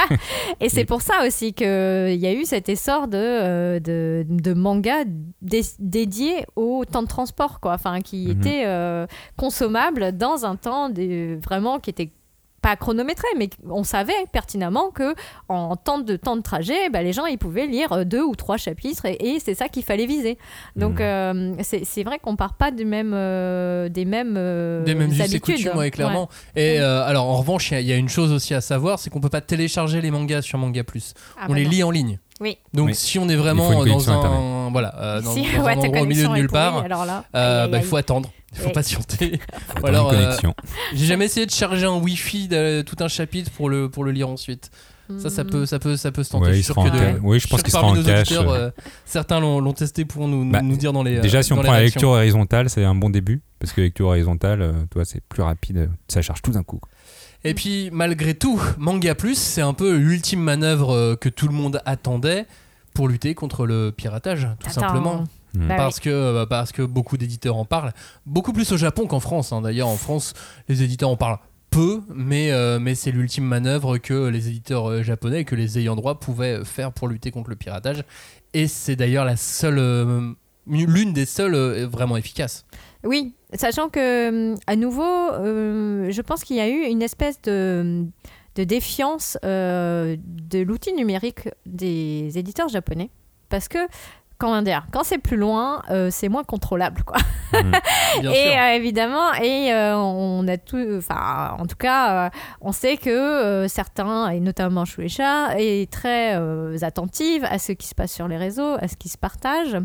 Et c'est pour ça aussi qu'il y a eu cet essor de, euh, de, de mangas dé- dédiés au temps de transport, quoi. Enfin, qui Mhm. étaient euh, consommables dans un temps de- vraiment qui était pas chronométré, mais on savait pertinemment que en temps de temps de trajet, bah, les gens ils pouvaient lire deux ou trois chapitres et, et c'est ça qu'il fallait viser. Donc Mhm. euh, c'est, c'est vrai qu'on part pas du même, euh, des mêmes euh, des mêmes us et habitudes. coutumes, ouais, clairement. Et euh, alors en revanche, il y, a- il y a une chose aussi à savoir, c'est qu'on peut pas télécharger les mangas sur Manga Plus. Ah, on bah les non. lit en ligne. Oui. Donc Oui. si on est Il vraiment faut une dans connexion un Internet. voilà euh, dans, Si, dans ouais, un ta endroit au milieu de connexion est nulle pourrie, part, alors là, euh, aïe, bah, aïe, il faut aïe. attendre. Il faut Ouais. patienter. Faudra Ou alors, une euh, connexion. J'ai jamais essayé de charger un Wi-Fi de tout un chapitre pour le pour le lire ensuite. Ça, ça peut, ça peut, ça peut se tenter. Ouais, Je il suis sûr sera que en de- cache. Oui, je suis pense sûr qu'il que sera parmi en nos cache. auditeurs, euh, certains l'ont, l'ont testé pour nous, Bah, nous dire dans les. Déjà, si on dans les prend la réactions. lecture horizontale, c'est un bon début parce que la lecture horizontale, euh, toi, c'est plus rapide, ça charge tout d'un coup. Et puis malgré tout, Manga Plus, c'est un peu l'ultime manœuvre euh, que tout le monde attendait pour lutter contre le piratage, tout Attends. simplement. Mm. Bah Parce que, euh, parce que beaucoup d'éditeurs en parlent, beaucoup plus au Japon qu'en France. hein. D'ailleurs, en France, les éditeurs en parlent peu, mais, euh, mais c'est l'ultime manœuvre que les éditeurs euh, japonais et que les ayants droit pouvaient faire pour lutter contre le piratage. Et c'est d'ailleurs la seule, euh, l'une des seules euh, vraiment efficaces. Oui, sachant que, hum, à nouveau, euh, je pense qu'il y a eu une espèce de, de défiance euh, de l'outil numérique des éditeurs japonais. Parce que, comment dire, quand c'est plus loin, euh, c'est moins contrôlable, quoi. Bien et sûr. euh, évidemment, et euh, on a tout, enfin, en tout cas, euh, on sait que euh, certains, et notamment Shueisha, est très euh, attentive à ce qui se passe sur les réseaux, à ce qui se partage.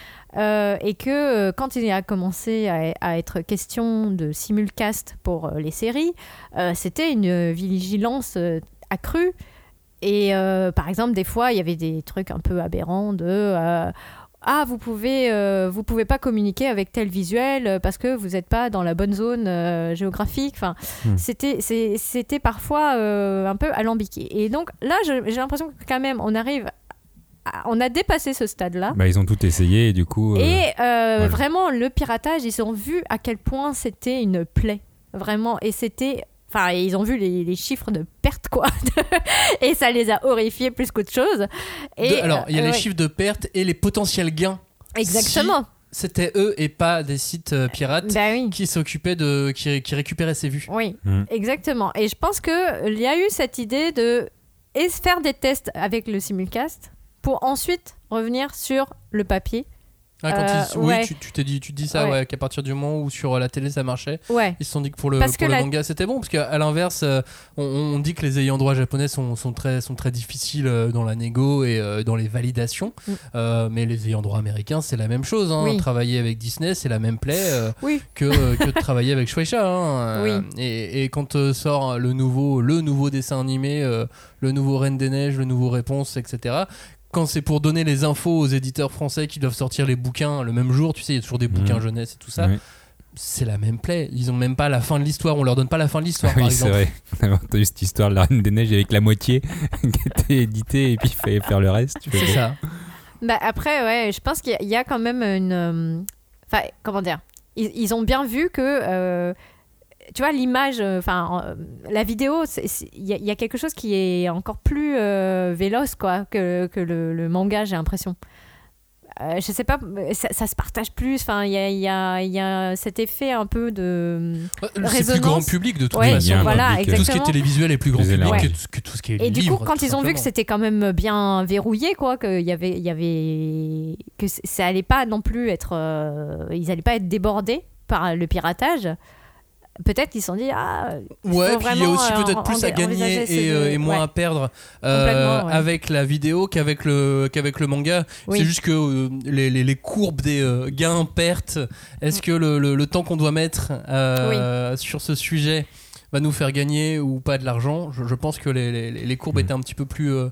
Euh, et que euh, quand il a commencé à, à être question de simulcast pour euh, les séries, euh, c'était une vigilance euh, accrue. Et euh, par exemple, des fois, il y avait des trucs un peu aberrants de euh, ah, vous pouvez, euh, vous pouvez pas communiquer avec tel visuel parce que vous n'êtes pas dans la bonne zone euh, géographique. Enfin, Hmm. c'était, c'est, c'était parfois euh, un peu alambiqué. Et donc là, je- j'ai l'impression que quand même, on arrive, à- on a dépassé ce stade-là. Bah, ils ont tout essayé et du coup. euh, Et euh, voilà. vraiment, le piratage, ils ont vu à quel point c'était une plaie. Vraiment. Et c'était. Enfin, ils ont vu les, les chiffres de perte, quoi. Et ça les a horrifiés plus qu'autre chose. Et, De- alors, il y a euh, les ouais. chiffres de perte et les potentiels gains. Exactement. Si c'était eux et pas des sites euh, pirates Bah oui. qui s'occupaient de, qui, qui récupéraient ces vues. Oui, Mm. exactement. Et je pense qu'il y a eu cette idée de et faire des tests avec le simulcast pour ensuite revenir sur le papier. Ah, quand Euh, ils- oui, ouais. tu, tu t'es dit, tu te dis ça, Ouais. ouais, qu'à partir du moment où sur la télé ça marchait, Ouais. ils se sont dit que pour le, Parce pour que le la- manga c'était bon, parce qu'à l'inverse, euh, on, on dit que les ayants droit japonais sont, sont, très, sont très difficiles euh, dans la négo et euh, dans les validations, Mm. Euh, mais les ayants droit américains c'est la même chose. Hein. Oui. Travailler avec Disney c'est la même plaie euh, Oui. que, euh, que de travailler avec Shueisha. Hein. Euh, Oui. et, et quand euh, sort le nouveau, le nouveau dessin animé, euh, le nouveau Reine des Neiges, le nouveau Réponse, et cetera. quand c'est pour donner les infos aux éditeurs français qui doivent sortir les bouquins le même jour, tu sais, il y a toujours des bouquins mmh. jeunesse et tout ça. Oui. C'est la même plaie. Ils ont même pas la fin de l'histoire. On leur donne pas la fin de l'histoire, oui, par exemple. Oui, c'est vrai. On avait entendu cette histoire de la Reine des Neiges avec la moitié qui était éditée et puis il fallait faire le reste. Tu c'est ça. Bah après, ouais, je pense qu'il y a, il y a quand même une... Enfin, euh, comment dire ils, ils ont bien vu que... Euh, tu vois, l'image, enfin, euh, la vidéo, il y, y a quelque chose qui est encore plus euh, véloce, quoi, que, que le, le manga, j'ai l'impression. Euh, je sais pas, ça, ça se partage plus. Enfin, il y a, y, a, y a cet effet un peu de ouais, c'est plus grand public de toute ouais, façon. Voilà, tout ce qui est télévisuel est plus grand public ouais. que, que tout ce qui est et livre. Et du coup, quand ils simplement. ont vu que c'était quand même bien verrouillé, quoi, que y avait, y avait, que ça allait pas non plus être, euh, ils allaient pas être débordés par le piratage. Peut-être qu'ils se sont dit ah ouais puis il y a aussi peut-être plus à gagner et, euh, et moins ouais. à perdre euh, ouais. avec la vidéo qu'avec le qu'avec le manga oui. c'est juste que euh, les, les, les courbes des euh, gains pertes est-ce que le, le, le temps qu'on doit mettre euh, oui. sur ce sujet va nous faire gagner ou pas de l'argent. Je, je pense que les, les, les courbes mmh. étaient un petit peu plus euh,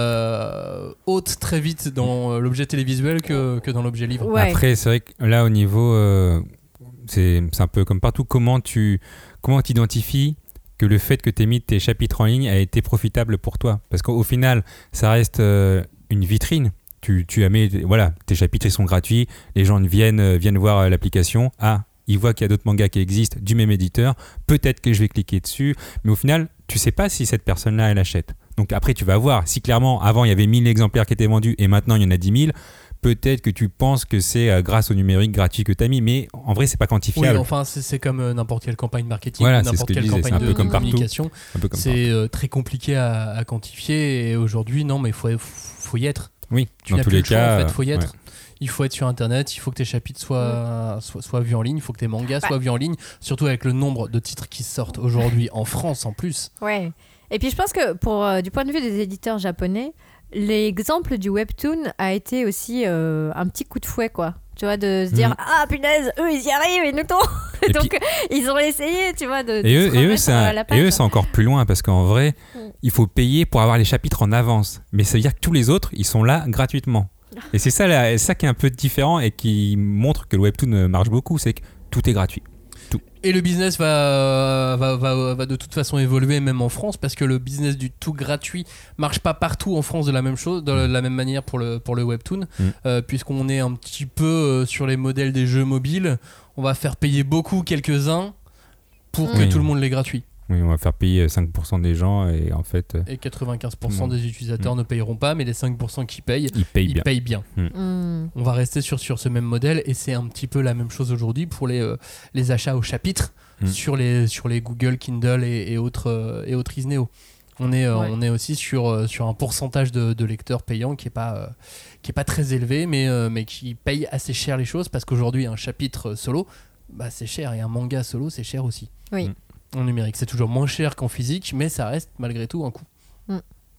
euh, hautes très vite dans l'objet télévisuel que, que dans l'objet livre. Ouais. Après c'est vrai que là au niveau euh... C'est, c'est un peu comme partout. Comment tu comment t'identifies que le fait que tu aies mis tes chapitres en ligne a été profitable pour toi ? Parce qu'au final, ça reste euh, une vitrine. Tu, tu as mis, voilà, tes chapitres ils sont gratuits. Les gens viennent, viennent voir l'application. Ah, ils voient qu'il y a d'autres mangas qui existent du même éditeur. Peut-être que je vais cliquer dessus. Mais au final, tu sais pas si cette personne-là, elle achète. Donc après, tu vas voir. Si clairement, avant, il y avait mille exemplaires qui étaient vendus et maintenant, il y en a dix mille, peut-être que tu penses que c'est euh, grâce au numérique gratuit que tu as mis, mais en vrai, c'est pas quantifiable. Oui, enfin, c'est, c'est comme euh, n'importe quelle campagne marketing, voilà, n'importe quelle disais, campagne de comme communication. Un peu comme c'est euh, très compliqué à, à quantifier et aujourd'hui, non, mais il faut, faut y être. Oui, tu dans n'as tous plus les le choix, cas. En fait, faut y être. Ouais. Il faut être sur Internet, il faut que tes chapitres soient, mmh. soient, soient vus en ligne, il faut que tes mangas ouais. soient vus en ligne, surtout avec le nombre de titres qui sortent aujourd'hui en France en plus. Ouais. Et puis je pense que pour, euh, du point de vue des éditeurs japonais, l'exemple du webtoon a été aussi euh, un petit coup de fouet, quoi. Tu vois, de se dire mmh. ah punaise, eux ils y arrivent et nous non. Et donc puis, ils ont essayé, tu vois, de, de et, eux, se et, eux, c'est un, la page. Et eux c'est encore plus loin parce qu'en vrai, mmh. il faut payer pour avoir les chapitres en avance. Mais ça veut dire que tous les autres, ils sont là gratuitement. Et c'est ça, là, ça qui est un peu différent et qui montre que le webtoon marche beaucoup, c'est que tout est gratuit. Tout. Et le business va, va, va, va de toute façon évoluer même en France parce que le business du tout gratuit marche pas partout en France de la même chose, de la même manière pour le, pour le webtoon, mmh. euh, puisqu'on est un petit peu euh, sur les modèles des jeux mobiles, on va faire payer beaucoup quelques-uns pour mmh. que tout le monde l'ait gratuit. Oui, on va faire payer cinq pour cent des gens et en fait... Et quatre-vingt-quinze pour cent mmh. des utilisateurs mmh. ne payeront pas, mais les cinq pour cent qui payent, ils payent ils bien. Payent bien. Mmh. Mmh. On va rester sur, sur ce même modèle et c'est un petit peu la même chose aujourd'hui pour les, euh, les achats au chapitre mmh. sur, les, sur les Google, Kindle et, et autres, euh, et autres Isneo. On est, euh, ouais. on est aussi sur, euh, sur un pourcentage de, de lecteurs payants qui n'est pas, euh, qui est pas très élevé, mais, euh, mais qui paye assez cher les choses parce qu'aujourd'hui, un chapitre solo, bah, c'est cher et un manga solo, c'est cher aussi. Oui. Mmh. En numérique, c'est toujours moins cher qu'en physique, mais ça reste malgré tout un coût. Mm.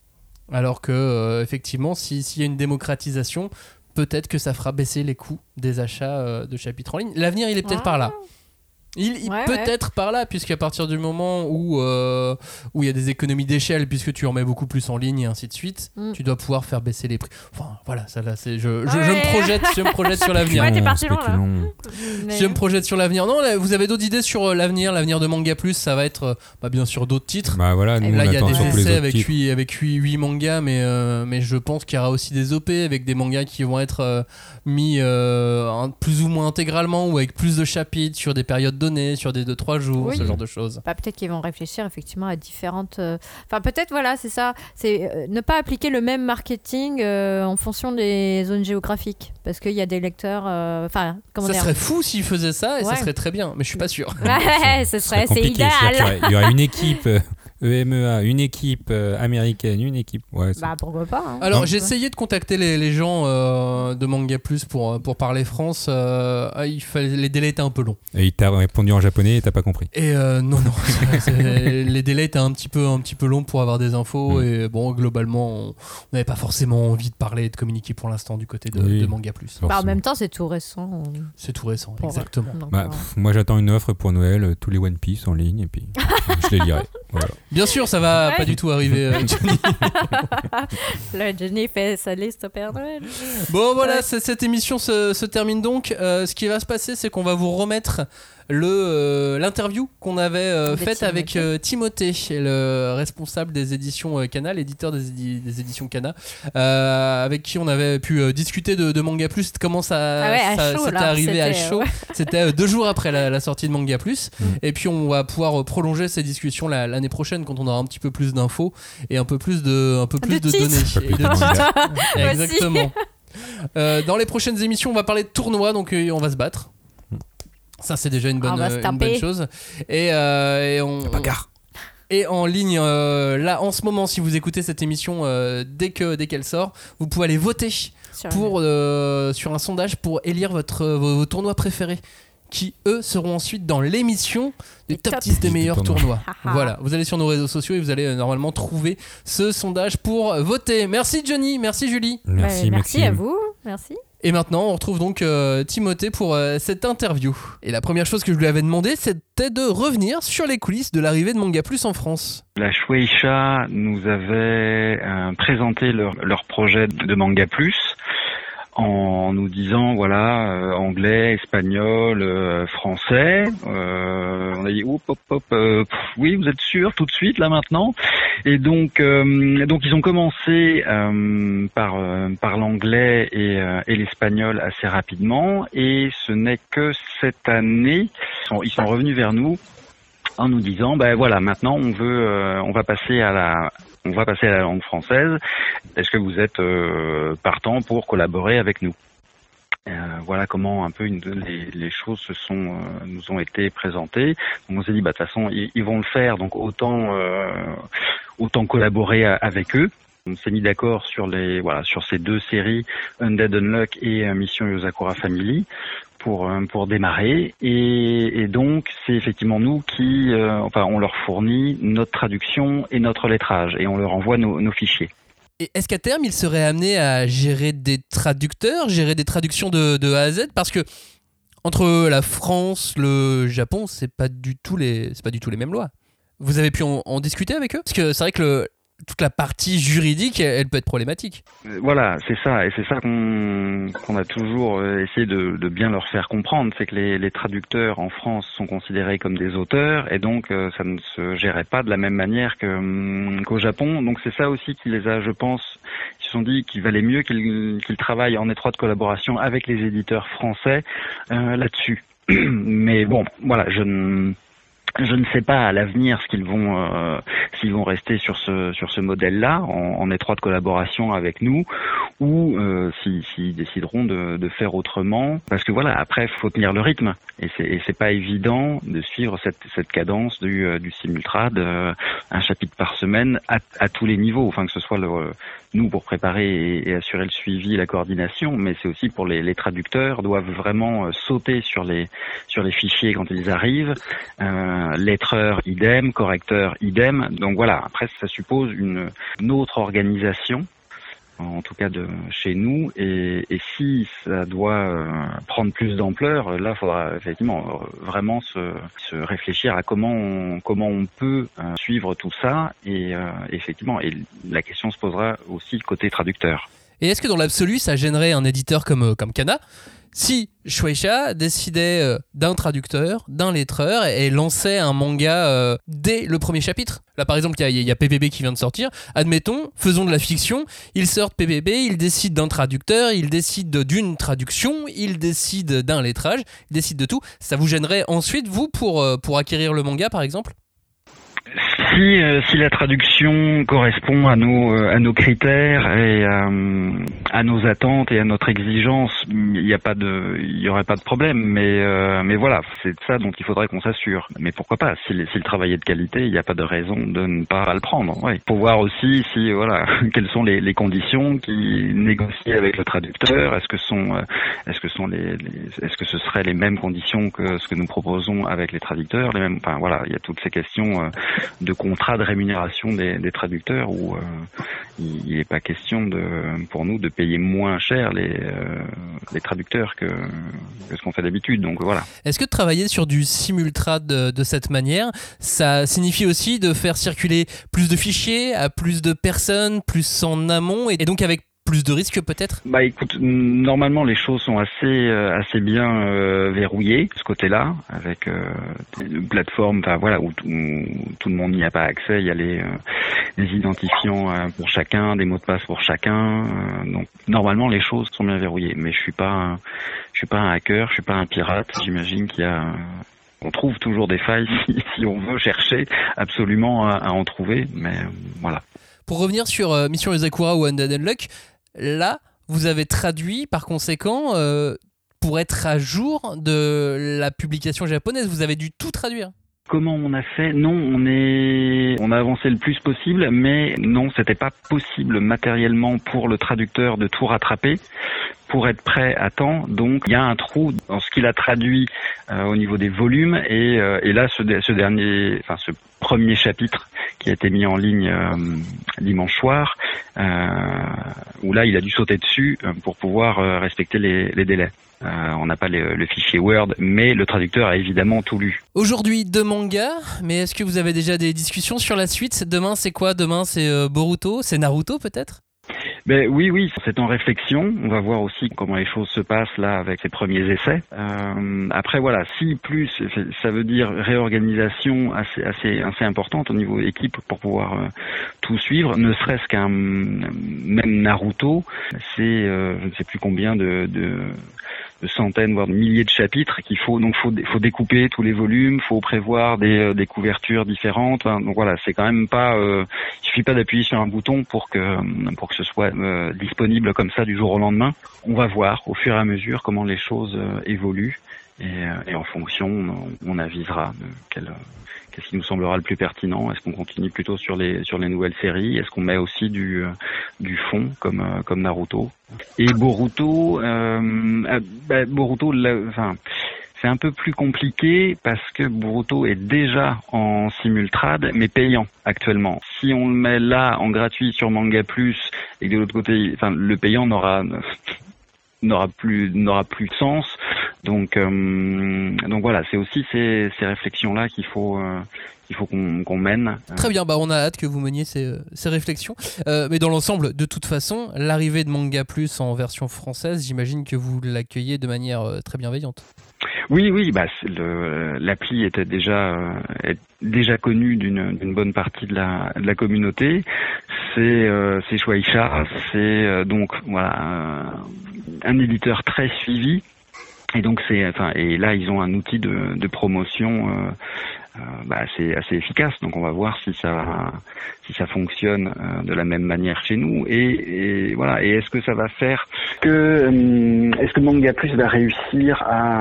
Alors que, euh, effectivement, si, s'il y a une démocratisation, peut-être que ça fera baisser les coûts des achats euh, de chapitres en ligne. L'avenir, il est peut-être ah. par là. Il, il ouais, peut ouais. être par là, puisqu'à partir du moment où euh, où il y a des économies d'échelle, puisque tu en mets beaucoup plus en ligne et ainsi de suite, mm. tu dois pouvoir faire baisser les prix. Enfin, voilà, ça là, c'est je, je, ouais. je me projette, je me projette sur l'avenir. Ouais, t'es parti loin là. Mais... Je me projette sur l'avenir. Non, là, vous avez d'autres idées sur l'avenir, l'avenir de Manga Plus, ça va être, bah, bien sûr, d'autres titres. Bah voilà, nous, là, il y a des sur essais avec huit avec huit mangas, mais euh, mais je pense qu'il y aura aussi des O P avec des mangas qui vont être euh, mis euh, plus ou moins intégralement ou avec plus de chapitres sur des périodes données, sur des deux trois jours, oui. ce genre de choses. Bah, peut-être qu'ils vont réfléchir effectivement à différentes... Enfin, euh... peut-être, voilà, c'est ça. C'est euh, ne pas appliquer le même marketing euh, en fonction des zones géographiques. Parce qu'il y a des lecteurs... Enfin, euh... comment ça dire serait fou s'ils faisaient ça et ouais. ça serait très bien, mais je suis pas sûr. Ouais, ce serait, c'est idéal. Il y aurait une équipe... Euh... E M E A, une équipe euh, américaine, une équipe. Ouais, bah pourquoi pas. Hein. Alors non. j'ai essayé de contacter les, les gens euh, de Manga Plus pour, pour parler France. Euh, il fallait, les délais étaient un peu longs. Et il t'a répondu en japonais et t'as pas compris. Et euh, non, non. Les délais étaient un petit peu, un petit peu longs pour avoir des infos. Mm. Et bon, globalement, on n'avait pas forcément envie de parler et de communiquer pour l'instant du côté de, oui. de Manga Plus. Bah, en même temps, c'est tout récent. C'est tout récent, pour exactement. Bah, pff, moi, j'attends une offre pour Noël, tous les One Piece en ligne et puis je les lirai. Voilà. Bien sûr, ça va Ouais. pas du tout arriver, euh, Johnny. Là, Johnny fait sa liste au Père Noël. Bon, voilà, Ouais. c- cette émission se, se termine donc. Euh, ce qui va se passer, c'est qu'on va vous remettre le euh, l'interview qu'on avait euh, De faite Timothée. avec euh, Timothée, le responsable des éditions euh, Kana, l'éditeur des, édi- des éditions Kana, euh, avec qui on avait pu euh, discuter de, de Manga Plus, comment ça, Ah ouais, à ça chaud, c'était là, arrivé à c'était, chaud. ouais. C'était euh, deux jours après la, la sortie de Manga Plus. Et puis on va pouvoir euh, prolonger ces discussions la- l'année prochaine quand on aura un petit peu plus d'infos et un peu plus de, un peu plus De de, titres. données. Un peu Et plus de de manga. titres. Aussi. Exactement. Euh, dans les prochaines émissions, on va parler de tournois, donc euh, on va se battre. Ça, c'est déjà une bonne, On va se euh, une taper. bonne chose. Et, euh, et on, bagarre. et en ligne, euh, là, en ce moment, si vous écoutez cette émission euh, dès que dès qu'elle sort, vous pouvez aller voter Sur- pour euh, sur un sondage pour élire votre vos, vos tournois préférés, qui eux seront ensuite dans l'émission du Les top top dix des dix meilleurs du tournoi. tournois. Haha. Voilà, vous allez sur nos réseaux sociaux et vous allez euh, normalement trouver ce sondage pour voter. Merci Johnny, merci Julie. Merci, Ouais, merci Maxime. à vous. Merci. Et maintenant, on retrouve donc euh, Timothée pour euh, cette interview. Et la première chose que je lui avais demandé, c'était de revenir sur les coulisses de l'arrivée de Manga Plus en France. La Shueisha nous avait euh, présenté leur, leur projet de Manga Plus en nous disant voilà euh, anglais, espagnol, euh, français. Euh, on a dit hop hop hop euh, pff, oui vous êtes sûr tout de suite là maintenant. Et donc euh, donc ils ont commencé euh, par euh, par l'anglais et, euh, et l'espagnol assez rapidement et ce n'est que cette année ils sont, ils sont revenus vers nous en nous disant ben voilà maintenant on veut euh, on va passer à la on va passer à la langue française. Est-ce que vous êtes euh, partant pour collaborer avec nous? Euh, voilà comment un peu une, les, les choses se sont euh, nous ont été présentées. Donc on s'est dit bah de toute façon ils, ils vont le faire donc autant euh, autant collaborer a- avec eux. On s'est mis d'accord sur les voilà sur ces deux séries Undead Unluck et euh, Mission Yosakura Family pour euh, pour démarrer et, et donc c'est effectivement nous qui euh, enfin on leur fournit notre traduction et notre lettrage et on leur envoie nos, nos fichiers. Et est-ce qu'à terme, il serait amené à gérer des traducteurs, gérer des traductions de, de A à Z? Parce que entre la France, le Japon, c'est pas du tout les, c'est pas du tout les mêmes lois. Vous avez pu en, en discuter avec eux? Parce que c'est vrai que le, toute la partie juridique, elle, elle peut être problématique. Euh, Voilà, c'est ça, et c'est ça qu'on qu'on a toujours euh, essayé de, de bien leur faire comprendre, c'est que les, les traducteurs en France sont considérés comme des auteurs, et donc euh, ça ne se gérait pas de la même manière que, hum, qu'au Japon. Donc c'est ça aussi qui les a, je pense, ils se sont dit qu'il valait mieux qu'ils qu'ils travaillent en étroite collaboration avec les éditeurs français euh, là-dessus. Mais bon, voilà, je ne... Je ne sais pas à l'avenir ce qu'ils vont, euh, s'ils vont rester sur ce sur ce modèle-là, en, en étroite collaboration avec nous, ou euh, s'ils s'ils décideront de, de faire autrement. Parce que voilà, après, faut tenir le rythme, et c'est et c'est pas évident de suivre cette cette cadence du euh, du simultrad, euh, un chapitre par semaine à, à tous les niveaux. Enfin que ce soit le, nous pour préparer et, et assurer le suivi, la coordination, mais c'est aussi pour les, les traducteurs doivent vraiment euh, sauter sur les sur les fichiers quand ils arrivent. Euh, lettreur idem, correcteur idem. Donc voilà, après ça suppose une, une autre organisation, en tout cas de chez nous, et, et si ça doit euh, prendre plus d'ampleur, là il faudra effectivement euh, vraiment se, se réfléchir à comment on, comment on peut euh, suivre tout ça, et euh, effectivement, et la question se posera aussi côté traducteur. Et est-ce que dans l'absolu, ça gênerait un éditeur comme, euh, comme Kana si Shueisha décidait euh, d'un traducteur, d'un lettreur et, et lançait un manga euh, dès le premier chapitre? Là par exemple, il y, y a P P B qui vient de sortir. Admettons, faisons de la fiction, ils sortent P P B, ils décident d'un traducteur, ils décident d'une traduction, ils décident d'un lettrage, ils décident de tout. Ça vous gênerait ensuite, vous, pour, euh, pour acquérir le manga par exemple? Si, euh, si la traduction correspond à nos euh, à nos critères et euh, à nos attentes et à notre exigence, il n'y a pas de il y aurait pas de problème. Mais euh, mais voilà, c'est ça dont il faudrait qu'on s'assure. Mais pourquoi pas? Si, si le travail est de qualité, il n'y a pas de raison de ne pas le prendre. Ouais. Pour voir aussi si voilà quelles sont les, les conditions qui négocient avec le traducteur. Est-ce que sont euh, est-ce que sont les, les est-ce que ce seraient les mêmes conditions que ce que nous proposons avec les traducteurs? Les mêmes. Enfin voilà, il y a toutes ces questions euh, de contrat de rémunération des, des traducteurs où euh, il n'est pas question de, pour nous de payer moins cher les, euh, les traducteurs que, que ce qu'on fait d'habitude. Donc voilà. Est-ce que de travailler sur du simultrad de, de cette manière, ça signifie aussi de faire circuler plus de fichiers à plus de personnes, plus en amont et donc avec plus de risques peut-être? Bah écoute, normalement les choses sont assez euh, assez bien euh, verrouillées de ce côté-là, avec euh, des plateformes, enfin voilà, où, où tout le monde n'y a pas accès. Il y a les euh, des identifiants euh, pour chacun, des mots de passe pour chacun. Euh, donc normalement les choses sont bien verrouillées. Mais je suis pas, un, je suis pas un hacker, je suis pas un pirate. J'imagine qu'il y a On trouve toujours des failles si, si on veut chercher absolument à, à en trouver, mais euh, voilà. Pour revenir sur euh, Mission Yozakura ou Undead Unluck, là, vous avez traduit par conséquent euh, pour être à jour de la publication japonaise. Vous avez dû tout traduire. Comment on a fait? Non, on est, on a avancé le plus possible, mais non, c'était pas possible matériellement pour le traducteur de tout rattraper pour être prêt à temps. Donc il y a un trou dans ce qu'il a traduit euh, au niveau des volumes et, euh, et là ce, ce dernier, enfin ce premier chapitre qui a été mis en ligne euh, dimanche soir, euh, où là il a dû sauter dessus euh, pour pouvoir euh, respecter les, les délais. Euh, on n'a pas le, le fichier Word, mais le traducteur a évidemment tout lu. Aujourd'hui, deux mangas, mais est-ce que vous avez déjà des discussions sur la suite? Demain, c'est quoi? Demain, c'est euh, Boruto? C'est Naruto, peut-être? Ben oui, oui, c'est en réflexion. On va voir aussi comment les choses se passent là avec ces premiers essais. Euh, après, voilà, si plus, ça veut dire réorganisation assez, assez, assez importante au niveau équipe pour pouvoir euh, tout suivre. Ne serait-ce qu'un même Naruto, c'est euh, je ne sais plus combien de, de de centaines voire de milliers de chapitres qu'il faut donc faut faut découper tous les volumes, faut prévoir des des couvertures différentes. Enfin, donc voilà, c'est quand même pas euh, il suffit pas d'appuyer sur un bouton pour que pour que ce soit euh, disponible comme ça du jour au lendemain. On va voir au fur et à mesure comment les choses euh, évoluent et, euh, et en fonction on, on avisera de quel Qu'est-ce qui nous semblera le plus pertinent? Est-ce qu'on continue plutôt sur les sur les nouvelles séries? Est-ce qu'on met aussi du du fond comme euh, comme Naruto? Et Boruto, euh, euh, bah, Boruto, là, enfin, c'est un peu plus compliqué parce que Boruto est déjà en simultrad mais payant actuellement. Si on le met là en gratuit sur Manga Plus et que de l'autre côté, enfin, le payant n'aura n'aura plus n'aura plus de sens. Donc euh, donc voilà, c'est aussi ces ces réflexions là qu'il faut euh, qu'il faut qu'on qu'on mène. Très bien, bah on a hâte que vous meniez ces ces réflexions. Euh, mais dans l'ensemble, de toute façon, l'arrivée de Manga Plus en version française, j'imagine que vous l'accueillez de manière euh, très bienveillante. Oui, oui, bah le, l'appli était déjà euh, est déjà connue d'une d'une bonne partie de la de la communauté. C'est euh, c'est Shueisha, c'est euh, donc voilà un, un éditeur très suivi. Et donc c'est, enfin, et là ils ont un outil de, de promotion euh, euh, bah, assez, assez efficace. Donc on va voir si ça, si ça fonctionne euh, de la même manière chez nous. Et, et voilà. Et est-ce que ça va faire que, euh, est-ce que Manga Plus va réussir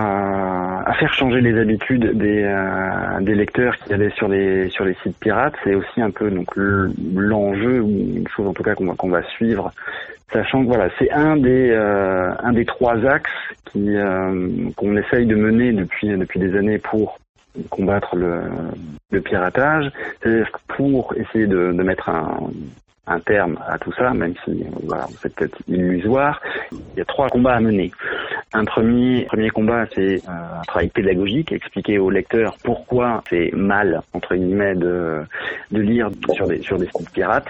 à, à faire changer les habitudes des, euh, des lecteurs qui allaient sur les, sur les sites pirates? C'est aussi un peu donc l'enjeu ou une chose en tout cas qu'on va, qu'on va suivre. Sachant que voilà, c'est un des euh, un des trois axes qui euh, qu'on essaye de mener depuis depuis des années pour combattre le, le piratage. C'est-à-dire que pour essayer de, de mettre un, un terme à tout ça, même si voilà, c'est peut-être illusoire, il y a trois combats à mener. Un premier premier combat, c'est euh, un travail pédagogique, expliquer aux lecteurs pourquoi c'est mal entre guillemets de de lire sur des sur des sites pirates.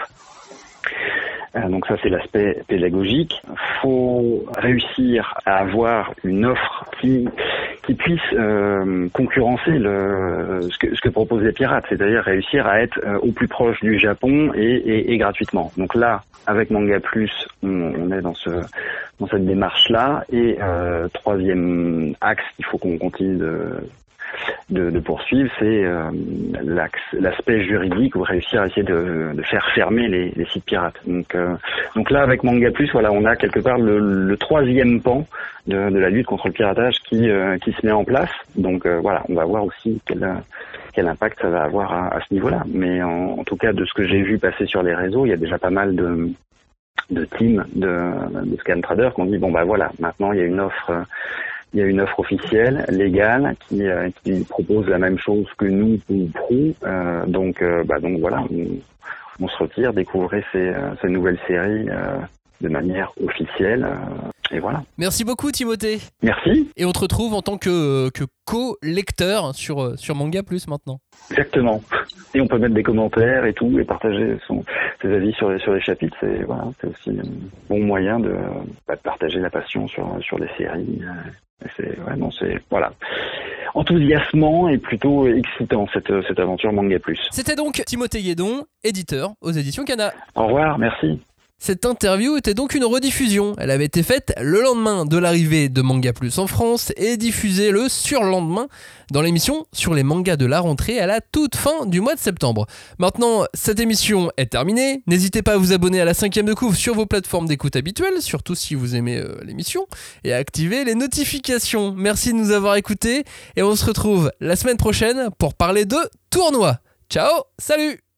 Euh, donc ça c'est l'aspect pédagogique. Faut réussir à avoir une offre qui qui puisse euh, concurrencer le ce que ce que proposent les pirates, c'est-à-dire réussir à être euh, au plus proche du Japon et, et, et gratuitement. Donc là, avec Manga Plus, on, on est dans ce dans cette démarche là. Et euh, troisième axe qu'il faut qu'on continue de De, de poursuivre, c'est euh, l'aspect juridique ou réussir à essayer de, de faire fermer les, les sites pirates. Donc, euh, donc là, avec Manga Plus, voilà, on a quelque part le, le troisième pan de, de la lutte contre le piratage qui, euh, qui se met en place. Donc euh, voilà, on va voir aussi quel, quel impact ça va avoir à, à ce niveau-là. Mais en, en tout cas, de ce que j'ai vu passer sur les réseaux, il y a déjà pas mal de de teams de, de scan traders qui ont dit bon bah voilà, maintenant il y a une offre Il y a une offre officielle, légale, qui, euh, qui propose la même chose que nous ou Pro. Euh, donc, euh, bah, donc voilà, on, on se retire, découvrir ces, euh, ces nouvelles séries euh, de manière officielle. Euh, et voilà. Merci beaucoup Timothée. Merci. Et on te retrouve en tant que, que co-lecteur sur, sur Manga Plus maintenant. Exactement. Et on peut mettre des commentaires et tout, et partager son, ses avis sur les, sur les chapitres. C'est, voilà, c'est aussi un bon moyen de, bah, de partager la passion sur, sur les séries. C'est vraiment, c'est, voilà, enthousiasmant et plutôt excitant cette, cette aventure Manga Plus. C'était donc Timothée Guédon, éditeur aux éditions Kana. Au revoir, merci. Cette interview était donc une rediffusion. Elle avait été faite le lendemain de l'arrivée de Manga Plus en France et diffusée le surlendemain dans l'émission sur les mangas de la rentrée à la toute fin du mois de septembre. Maintenant, cette émission est terminée. N'hésitez pas à vous abonner à la cinquième de couvre sur vos plateformes d'écoute habituelles, surtout si vous aimez euh, l'émission, et à activer les notifications. Merci de nous avoir écoutés et on se retrouve la semaine prochaine pour parler de tournoi. Ciao, salut!